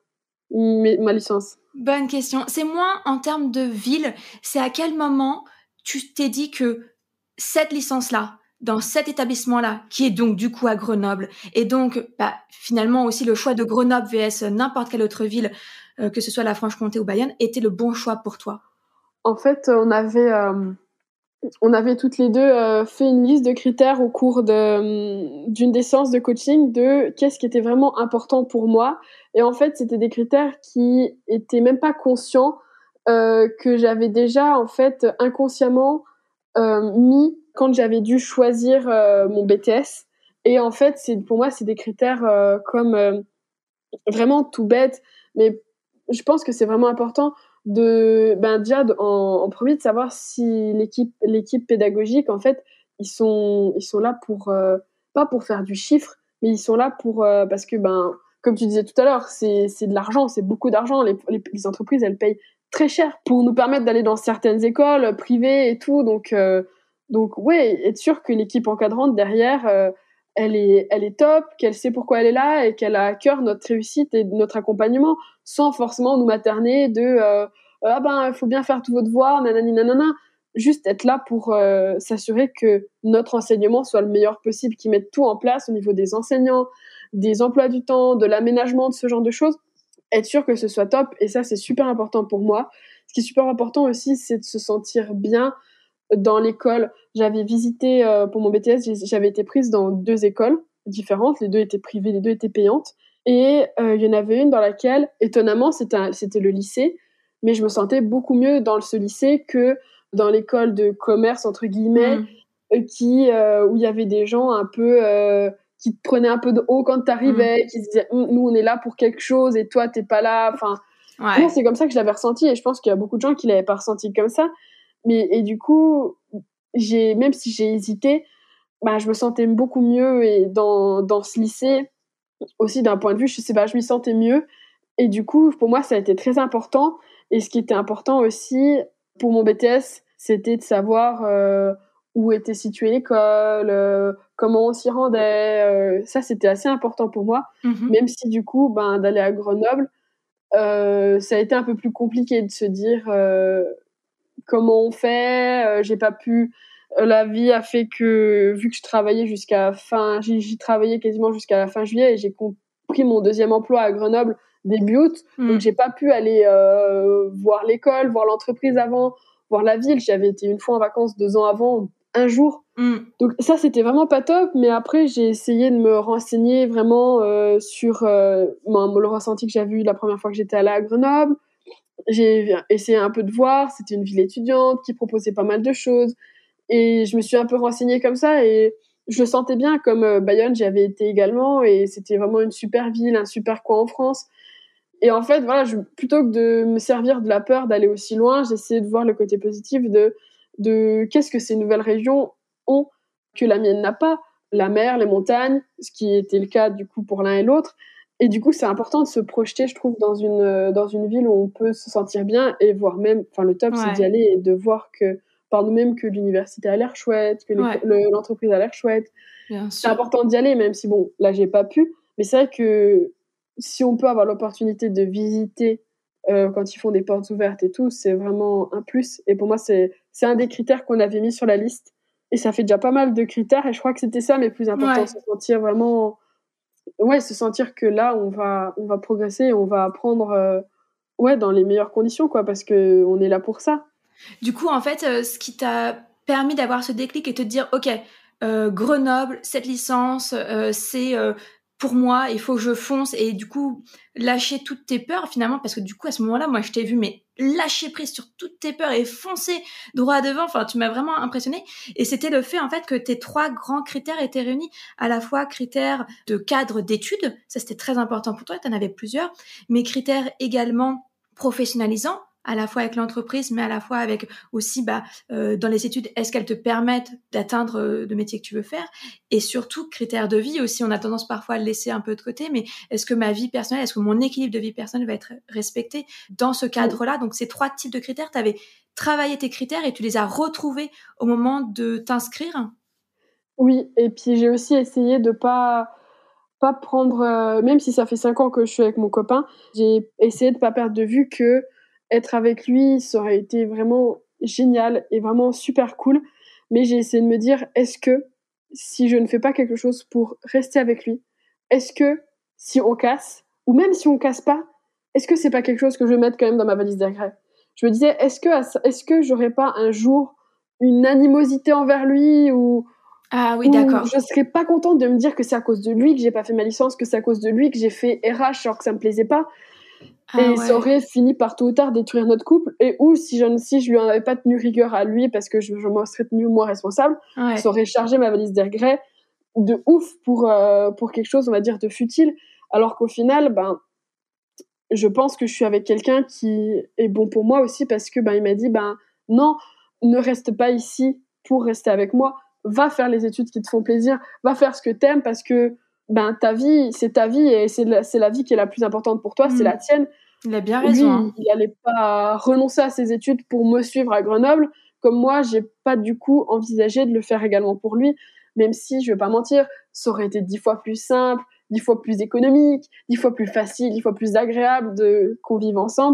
ma licence? Bonne question. C'est moins en termes de ville, c'est à quel moment tu t'es dit que cette licence-là, dans cet établissement-là, qui est donc du coup à Grenoble, et donc bah, finalement aussi le choix de Grenoble versus n'importe quelle autre ville, euh, que ce soit la Franche-Comté ou Bayonne, était le bon choix pour toi? En fait, on avait, euh, on avait toutes les deux euh, fait une liste de critères au cours de, d'une des séances de coaching de qu'est-ce qui était vraiment important pour moi. Et en fait, c'était des critères qui étaient même pas conscients, euh, que j'avais déjà en fait inconsciemment euh, mis quand j'avais dû choisir euh, mon B T S. Et en fait, c'est, pour moi, c'est des critères euh, comme euh, vraiment tout bête, mais je pense que c'est vraiment important de ben déjà de, en, en premier de savoir si l'équipe l'équipe pédagogique en fait ils sont ils sont là pour euh, pas pour faire du chiffre, mais ils sont là pour euh, parce que ben comme tu disais tout à l'heure, c'est c'est de l'argent, c'est beaucoup d'argent. Les, les les entreprises elles payent très cher pour nous permettre d'aller dans certaines écoles privées et tout, donc euh, donc ouais, être sûr que l'équipe encadrante derrière euh, elle est, elle est top, qu'elle sait pourquoi elle est là et qu'elle a à cœur notre réussite et notre accompagnement, sans forcément nous materner de euh, ah ben il faut bien faire tous vos devoirs, nanani nanana. Juste être là pour euh, s'assurer que notre enseignement soit le meilleur possible, qu'ils mettent tout en place au niveau des enseignants, des emplois du temps, de l'aménagement, de ce genre de choses. Être sûr que ce soit top, et ça c'est super important pour moi. Ce qui est super important aussi, c'est de se sentir bien dans l'école. J'avais visité, euh, pour mon B T S, j'avais été prise dans deux écoles différentes. Les deux étaient privées, les deux étaient payantes. Et euh, il y en avait une dans laquelle, étonnamment, c'était, un, c'était le lycée, mais je me sentais beaucoup mieux dans ce lycée que dans l'école de commerce, entre guillemets, mmh. euh, qui, euh, où il y avait des gens un peu... Euh, qui te prenaient un peu de haut quand t'arrivais, mmh. qui se disaient « nous, on est là pour quelque chose et toi, t'es pas là ». Enfin, ouais. C'est comme ça que je l'avais ressenti, et je pense qu'il y a beaucoup de gens qui l'avaient pas ressenti comme ça. Mais, et du coup, j'ai, même si j'ai hésité, bah, je me sentais beaucoup mieux et dans, dans ce lycée, aussi d'un point de vue, je sais pas, je m'y sentais mieux. Et du coup, pour moi, ça a été très important. Et ce qui était important aussi pour mon B T S, c'était de savoir euh, où était située l'école, euh, comment on s'y rendait. Euh, ça, c'était assez important pour moi. Mm-hmm. Même si du coup, ben, d'aller à Grenoble, euh, ça a été un peu plus compliqué de se dire... Euh, comment on fait, euh, j'ai pas pu, euh, la vie a fait que, vu que je travaillais jusqu'à fin, j'y, j'y travaillais quasiment jusqu'à la fin juillet, et j'ai pris mon deuxième emploi à Grenoble début août, mmh. donc j'ai pas pu aller euh, voir l'école, voir l'entreprise avant, voir la ville. J'avais été une fois en vacances deux ans avant, un jour, mmh. donc ça c'était vraiment pas top. Mais après j'ai essayé de me renseigner vraiment euh, sur euh, mon, le ressenti que j'avais eu la première fois que j'étais allée à Grenoble. J'ai essayé un peu de voir, c'était une ville étudiante qui proposait pas mal de choses, et je me suis un peu renseignée comme ça, et je le sentais bien. Comme euh, Bayonne, j'y avais été également, et c'était vraiment une super ville, un super coin en France. Et en fait, voilà, je, plutôt que de me servir de la peur d'aller aussi loin, j'ai essayé de voir le côté positif de, de qu'est-ce que ces nouvelles régions ont que la mienne n'a pas. La mer, les montagnes, ce qui était le cas du coup pour l'un et l'autre. Et du coup, c'est important de se projeter, je trouve, dans une, dans une ville où on peut se sentir bien, et voire même, enfin, le top, ouais. c'est d'y aller et de voir que par nous-mêmes que l'université a l'air chouette, que Ouais. le, l'entreprise a l'air chouette. Bien C'est sûr. important d'y aller, même si, bon, là, j'ai pas pu. Mais c'est vrai que si on peut avoir l'opportunité de visiter euh, quand ils font des portes ouvertes et tout, c'est vraiment un plus. Et pour moi, c'est, c'est un des critères qu'on avait mis sur la liste. Et ça fait déjà pas mal de critères. Et je crois que c'était ça mes plus importants, Ouais. se sentir vraiment... Ouais, se sentir que là, on va, on va progresser, on va apprendre euh, ouais, dans les meilleures conditions, quoi, parce qu'on est là pour ça. Du coup, en fait, euh, ce qui t'a permis d'avoir ce déclic et te dire, OK, euh, Grenoble, cette licence, euh, c'est euh, pour moi, il faut que je fonce et du coup, lâcher toutes tes peurs finalement, parce que du coup, à ce moment-là, moi, je t'ai vu, mais lâcher prise sur toutes tes peurs et foncer droit devant. Enfin, tu m'as vraiment impressionné. Et c'était le fait, en fait, que tes trois grands critères étaient réunis, à la fois critères de cadre d'études, ça c'était très important pour toi, tu en avais plusieurs, mais critères également professionnalisants, à la fois avec l'entreprise, mais à la fois avec aussi bah, euh, dans les études, est-ce qu'elles te permettent d'atteindre euh, le métier que tu veux faire? Et surtout, critères de vie aussi, on a tendance parfois à le laisser un peu de côté, mais est-ce que ma vie personnelle, est-ce que mon équilibre de vie personnelle va être respecté dans ce cadre-là? Donc ces trois types de critères, tu avais travaillé tes critères et tu les as retrouvés au moment de t'inscrire? Oui, et puis j'ai aussi essayé de pas... pas prendre, euh, même si ça fait cinq ans que je suis avec mon copain, j'ai essayé de pas perdre de vue que être avec lui, ça aurait été vraiment génial et vraiment super cool. Mais j'ai essayé de me dire, est-ce que si je ne fais pas quelque chose pour rester avec lui, est-ce que si on casse, ou même si on casse pas, est-ce que c'est pas quelque chose que je vais mettre quand même dans ma valise des regrets? Je me disais, est-ce que, est-ce que j'aurais pas un jour une animosité envers lui ou Ah oui, Ou d'accord. je serais pas contente de me dire que c'est à cause de lui que j'ai pas fait ma licence, que c'est à cause de lui que j'ai fait R H alors que ça me plaisait pas. Ah Et ça ouais. aurait fini par tôt ou tard détruire notre couple. Et ou si je, si je lui en avais pas tenu rigueur à lui parce que je, je m'en serais tenue moi responsable, Ouais. ça aurait chargé ma valise des regrets de ouf pour, euh, pour quelque chose, on va dire, de futile. Alors qu'au final, ben, je pense que je suis avec quelqu'un qui est bon pour moi aussi parce que ben, il m'a dit, ben, non, ne reste pas ici pour rester avec moi. Va faire les études qui te font plaisir, va faire ce que t'aimes parce que ben ta vie, c'est ta vie et c'est la, c'est la vie qui est la plus importante pour toi, Mmh. c'est la tienne. Il a bien Lui, raison. Hein. il allait pas renoncer à ses études pour me suivre à Grenoble, comme moi, j'ai pas du coup envisagé de le faire également pour lui, même si je vais pas mentir, ça aurait été dix fois plus simple, dix fois plus économique, dix fois plus facile, dix fois plus agréable de qu'on vive ensemble.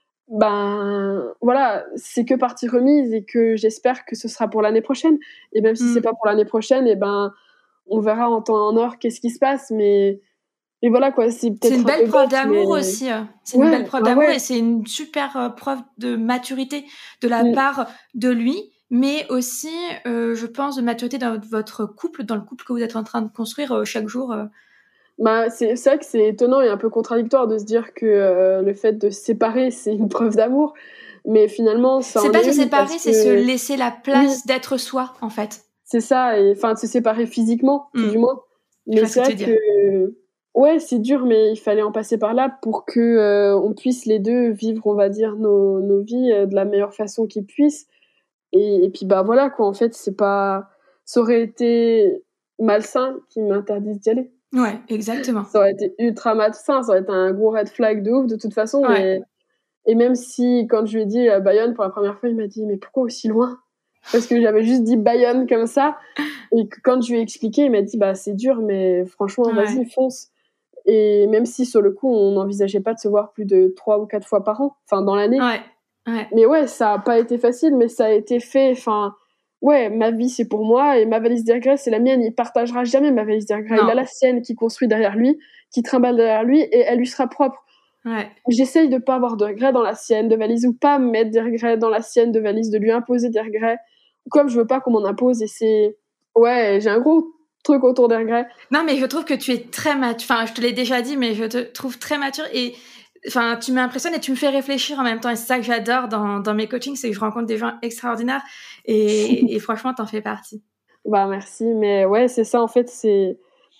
Ben voilà, c'est que partie remise et que j'espère que ce sera pour l'année prochaine. Et même si Mmh. c'est pas pour l'année prochaine, et ben on verra en temps en heure qu'est-ce qui se passe. Mais et voilà quoi, c'est peut-être C'est une un belle peu preuve bête, d'amour mais aussi. euh. C'est ouais, une belle preuve bah d'amour ouais. et c'est une super euh, preuve de maturité de la Mm. part de lui, mais aussi, euh, je pense, de maturité dans votre couple, dans le couple que vous êtes en train de construire euh, chaque jour. euh. Bah c'est c'est vrai que c'est étonnant et un peu contradictoire de se dire que euh, le fait de se séparer c'est une preuve d'amour, mais finalement ça C'est en pas est se une séparer, parce c'est se que laisser la oui, place d'être soi, en fait. c'est ça, et enfin de se séparer physiquement tout Mm. du moins. Je Mais vois ce c'est que tu vrai veux dire. que ouais c'est dur, mais il fallait en passer par là pour que euh, on puisse les deux vivre, on va dire, nos nos vies euh, de la meilleure façon qu'ils puissent. Et, et puis bah voilà quoi, en fait c'est pas, ça aurait été malsain qu'ils m'interdisent d'y aller. Ouais, exactement. Ça aurait été ultra malsain, ça aurait été un gros red flag de ouf de toute façon. Ouais. Et, et même si, quand je lui ai dit euh, Bayonne pour la première fois, il m'a dit mais pourquoi aussi loin? Parce que j'avais juste dit Bayonne comme ça. Et que quand je lui ai expliqué, il m'a dit bah c'est dur, mais franchement, Ouais. vas-y, fonce. Et même si sur le coup, on n'envisageait pas de se voir plus de trois ou quatre fois par an, enfin dans l'année. Ouais. Ouais. Mais ouais, ça a pas été facile, mais ça a été fait. Enfin, ouais, ma vie c'est pour moi et ma valise des regrets c'est la mienne. Il partagera jamais ma valise des regrets. Non. Il a la sienne qui construit derrière lui, qui trimballe derrière lui et elle lui sera propre. Ouais. J'essaye de pas avoir de regrets dans la sienne de valise ou pas mettre des regrets dans la sienne de valise, de lui imposer des regrets. Comme je veux pas qu'on m'en impose et c'est... Ouais, j'ai un gros truc autour des regrets. Non, mais je trouve que tu es très mature. Enfin, je te l'ai déjà dit, mais je te trouve très mature et enfin, tu m'impressionnes et tu me fais réfléchir en même temps. Et c'est ça que j'adore dans, dans mes coachings, c'est que je rencontre des gens extraordinaires et, et franchement, t'en fais partie. Bah merci, mais ouais, c'est ça en fait, c'est...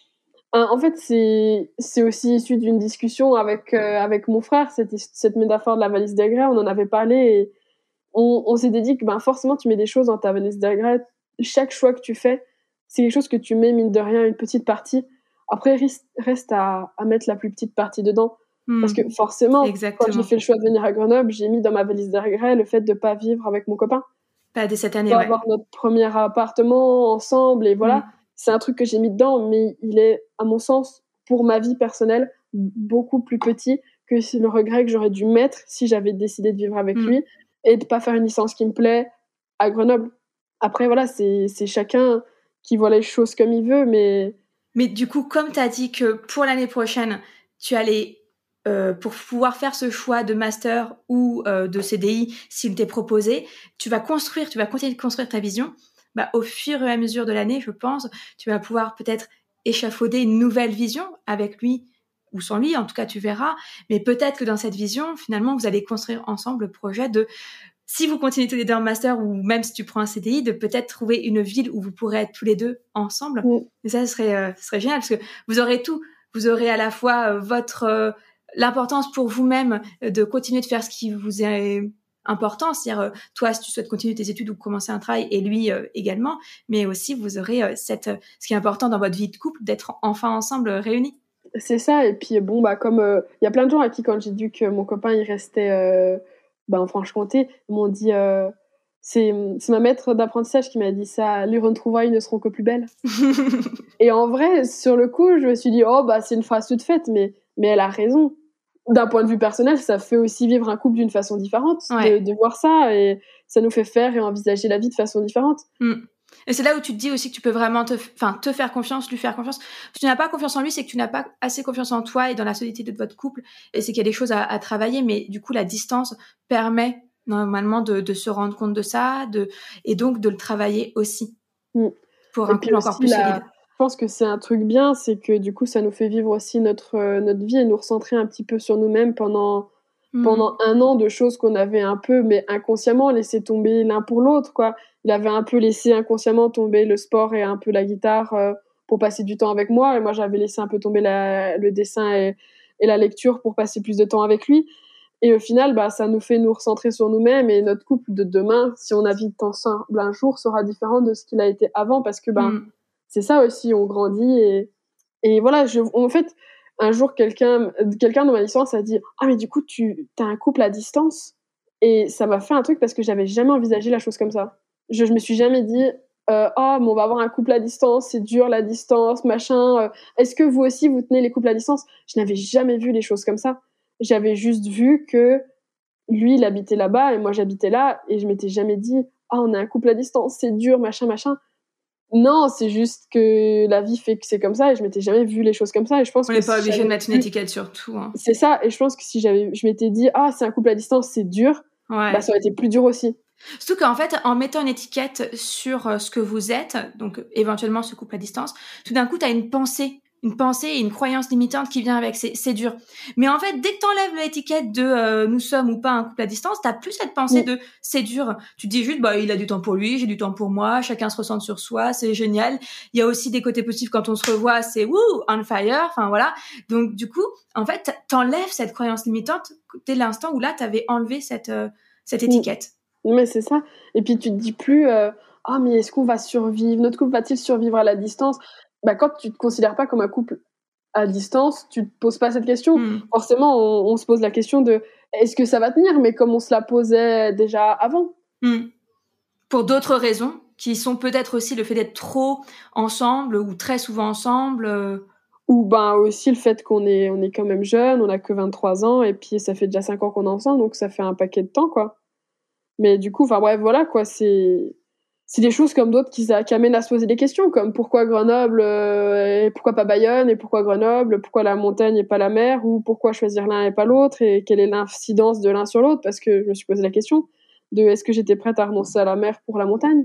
En fait, c'est, c'est aussi issu d'une discussion avec, euh, avec mon frère, cette, cette métaphore de la valise des regrets, on en avait parlé et on, on s'était dit que ben, forcément tu mets des choses dans ta valise des regrets, chaque choix que tu fais, c'est quelque chose que tu mets mine de rien, une petite partie. Après, reste, reste à, à mettre la plus petite partie dedans. Mmh. Parce que forcément, Exactement. quand j'ai fait le choix de venir à Grenoble, j'ai mis dans ma valise des regrets le fait de ne pas vivre avec mon copain. Pas dès cette année, On va ouais. avoir notre premier appartement ensemble et voilà. Mmh. C'est un truc que j'ai mis dedans, mais il est, à mon sens, pour ma vie personnelle, beaucoup plus petit que le regret que j'aurais dû mettre si j'avais décidé de vivre avec mmh. lui et de pas faire une licence qui me plaît à Grenoble. Après, voilà, c'est, c'est chacun qui voit les choses comme il veut, mais... Mais du coup, comme tu as dit que pour l'année prochaine, tu allais, euh, pour pouvoir faire ce choix de master ou euh, de C D I, s'il t'est proposé, tu vas construire, tu vas continuer de construire ta vision. Bah, au fur et à mesure de l'année, je pense, tu vas pouvoir peut-être échafauder une nouvelle vision avec lui ou sans lui, en tout cas, tu verras. Mais peut-être que dans cette vision, finalement, vous allez construire ensemble le projet de... Si vous continuez tous les deux en master ou même si tu prends un C D I, de peut-être trouver une ville où vous pourrez être tous les deux ensemble. Mmh. Et ça, ce serait, euh, ce serait génial parce que vous aurez tout. Vous aurez à la fois euh, votre euh, l'importance pour vous-même de continuer de faire ce qui vous est important, c'est-à-dire euh, toi, si tu souhaites continuer tes études ou commencer un travail, et lui euh, également, mais aussi vous aurez euh, cette, euh, ce qui est important dans votre vie de couple, d'être enfin ensemble euh, réunis. C'est ça. Et puis bon, bah comme il euh, y a plein de gens à qui quand j'ai dit que mon copain il restait euh, bah, en Franche-Comté, ils m'ont dit euh, c'est, c'est ma maître d'apprentissage qui m'a dit ça, les retrouvailles ne seront que plus belles. Et en vrai, sur le coup, je me suis dit oh bah c'est une phrase toute faite, mais mais elle a raison. D'un point de vue personnel, ça fait aussi vivre un couple d'une façon différente, ouais. de, de voir ça, et ça nous fait faire et envisager la vie de façon différente. Mm. Et c'est là où tu te dis aussi que tu peux vraiment te, enfin, te faire confiance, lui faire confiance. Si tu n'as pas confiance en lui, c'est que tu n'as pas assez confiance en toi et dans la solidité de votre couple. Et c'est qu'il y a des choses à, à travailler, mais du coup, la distance permet normalement de, de se rendre compte de ça, de, et donc de le travailler aussi. Mm. Pour et un couple encore plus la... solide. Je pense que c'est un truc bien, c'est que du coup, ça nous fait vivre aussi notre, euh, notre vie et nous recentrer un petit peu sur nous-mêmes pendant, mmh. pendant un an de choses qu'on avait un peu, mais inconsciemment, laissé tomber l'un pour l'autre, quoi. Il avait un peu laissé inconsciemment tomber le sport et un peu la guitare euh, pour passer du temps avec moi, et moi, j'avais laissé un peu tomber la, le dessin et, et la lecture pour passer plus de temps avec lui. Et au final, bah, ça nous fait nous recentrer sur nous-mêmes, et notre couple de demain, si on habite ensemble un jour, sera différent de ce qu'il a été avant, parce que, ben, mmh. c'est ça aussi, on grandit, et, et voilà, je, en fait, un jour, quelqu'un, quelqu'un dans ma licence a dit « Ah, mais du coup, tu as un couple à distance ?» Et ça m'a fait un truc parce que j'avais jamais envisagé la chose comme ça. Je, je me suis jamais dit euh, « Ah, oh, mais on va avoir un couple à distance, c'est dur la distance, machin. Euh, est-ce que vous aussi, vous tenez les couples à distance ?» Je n'avais jamais vu les choses comme ça. J'avais juste vu que lui, il habitait là-bas et moi, j'habitais là, et je m'étais jamais dit « Ah, oh, on a un couple à distance, c'est dur, machin, machin. » Non, c'est juste que la vie fait que c'est comme ça, et je m'étais jamais vu les choses comme ça, et je pense on que n'est pas si obligé de mettre une étiquette sur tout. Hein. C'est ça, et je pense que si j'avais, je m'étais dit ah c'est un couple à distance, c'est dur, ouais. bah ça aurait été plus dur aussi. Surtout qu'en fait, en mettant une étiquette sur ce que vous êtes, donc éventuellement ce couple à distance, tout d'un coup, tu as une pensée, une pensée et une croyance limitante qui vient avec. C'est, c'est dur. Mais en fait, dès que t'enlèves l'étiquette de euh, nous sommes ou pas un couple à distance, t'as plus cette pensée mmh. de c'est dur. Tu te dis juste bah il a du temps pour lui, j'ai du temps pour moi, chacun se ressent sur soi, c'est génial. Il y a aussi des côtés positifs quand on se revoit, c'est wouh on fire. Enfin voilà. Donc du coup, en fait, t'enlèves cette croyance limitante dès l'instant où là t'avais enlevé cette euh, cette étiquette. Mmh. Mais c'est ça. Et puis tu te dis plus euh, ah mais est-ce qu'on va survivre, notre couple va-t-il survivre à la distance? Bah, quand tu te considères pas comme un couple à distance, tu te poses pas cette question. Mmh. Forcément, on, on se pose la question de est-ce que ça va tenir, mais comme on se la posait déjà avant. Mmh. Pour d'autres raisons, qui sont peut-être aussi le fait d'être trop ensemble ou très souvent ensemble. Euh... Ou ben aussi le fait qu'on est, on est quand même jeune, on a que vingt-trois ans, et puis ça fait déjà cinq ans qu'on est ensemble, donc ça fait un paquet de temps, quoi. Mais du coup, enfin bref, voilà, quoi, c'est... C'est des choses comme d'autres qui, qui amènent à se poser des questions, comme pourquoi Grenoble, euh, et pourquoi pas Bayonne, et pourquoi Grenoble, pourquoi la montagne et pas la mer, ou pourquoi choisir l'un et pas l'autre, et quelle est l'incidence de l'un sur l'autre, parce que je me suis posé la question de est-ce que j'étais prête à renoncer à la mer pour la montagne.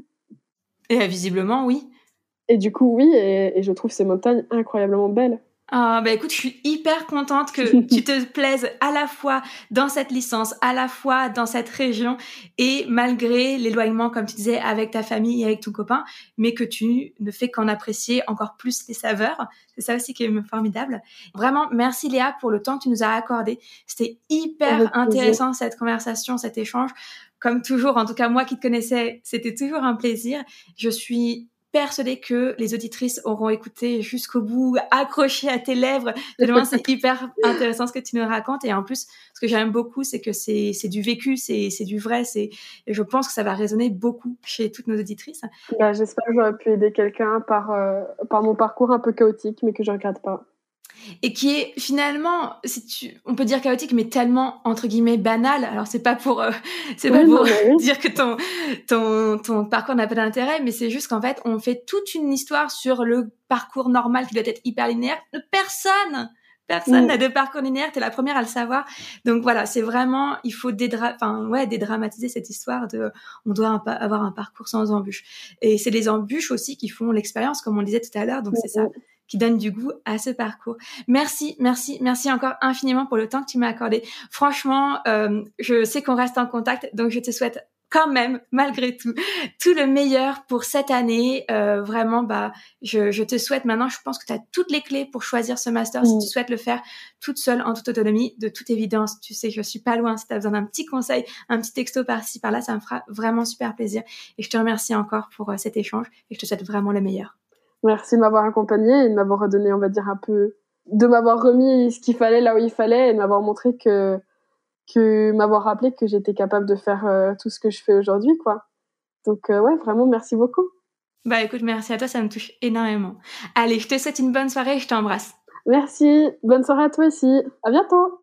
Et visiblement, oui. Et du coup, oui, et, et je trouve ces montagnes incroyablement belles. Ah bah écoute, je suis hyper contente que tu te plaises à la fois dans cette licence, à la fois dans cette région, et malgré l'éloignement, comme tu disais, avec ta famille et avec ton copain, mais que tu ne fais qu'en apprécier encore plus les saveurs. C'est ça aussi qui est formidable. Vraiment, merci Léa pour le temps que tu nous as accordé. C'était hyper intéressant cette conversation, cet échange. Comme toujours, en tout cas moi qui te connaissais, c'était toujours un plaisir. Je suis persuadée que les auditrices auront écouté jusqu'au bout, accroché à tes lèvres. Tellement c'est hyper intéressant ce que tu nous racontes. Et en plus, ce que j'aime beaucoup, c'est que c'est, c'est du vécu, c'est, c'est du vrai. C'est, et je pense que ça va résonner beaucoup chez toutes nos auditrices. Bah, j'espère que j'aurais pu aider quelqu'un par, euh, par mon parcours un peu chaotique, mais que je regrette pas. Et qui est finalement, si tu, on peut dire chaotique, mais tellement entre guillemets banal. Alors c'est pas pour, euh, c'est oui, pas pour non, oui. dire que ton ton ton parcours n'a pas d'intérêt, mais c'est juste qu'en fait on fait toute une histoire sur le parcours normal qui doit être hyper linéaire. Personne, personne mmh. n'a de parcours linéaire. T'es la première à le savoir. Donc voilà, c'est vraiment, il faut dédra, enfin ouais, dédramatiser cette histoire de, on doit un, avoir un parcours sans embûches. Et c'est les embûches aussi qui font l'expérience, comme on le disait tout à l'heure. Donc mmh. c'est ça qui donne du goût à ce parcours. Merci, merci, merci encore infiniment pour le temps que tu m'as accordé. Franchement, euh, je sais qu'on reste en contact, donc je te souhaite quand même, malgré tout, tout le meilleur pour cette année. Euh, vraiment, bah, je, je te souhaite maintenant, je pense que tu as toutes les clés pour choisir ce master mmh. si tu souhaites le faire toute seule, en toute autonomie. De toute évidence, tu sais, je suis pas loin. Si tu as besoin d'un petit conseil, un petit texto par-ci, par-là, ça me fera vraiment super plaisir. Et je te remercie encore pour euh, cet échange et je te souhaite vraiment le meilleur. Merci de m'avoir accompagnée et de m'avoir redonné, on va dire, un peu, de m'avoir remis ce qu'il fallait là où il fallait et de m'avoir montré que, que m'avoir rappelé que j'étais capable de faire euh, tout ce que je fais aujourd'hui, quoi. Donc, euh, ouais, vraiment, merci beaucoup. Bah, écoute, merci à toi, ça me touche énormément. Allez, je te souhaite une bonne soirée et je t'embrasse. Merci. Bonne soirée à toi aussi. À bientôt.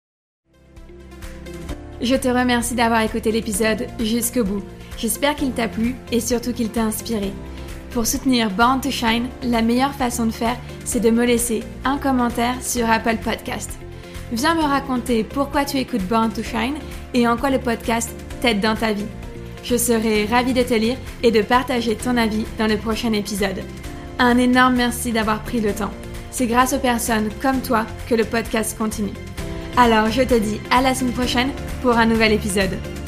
Je te remercie d'avoir écouté l'épisode jusqu'au bout. J'espère qu'il t'a plu et surtout qu'il t'a inspiré. Pour soutenir Born to Shine, la meilleure façon de faire, c'est de me laisser un commentaire sur Apple Podcast. Viens me raconter pourquoi tu écoutes Born to Shine et en quoi le podcast t'aide dans ta vie. Je serai ravie de te lire et de partager ton avis dans le prochain épisode. Un énorme merci d'avoir pris le temps. C'est grâce aux personnes comme toi que le podcast continue. Alors je te dis à la semaine prochaine pour un nouvel épisode.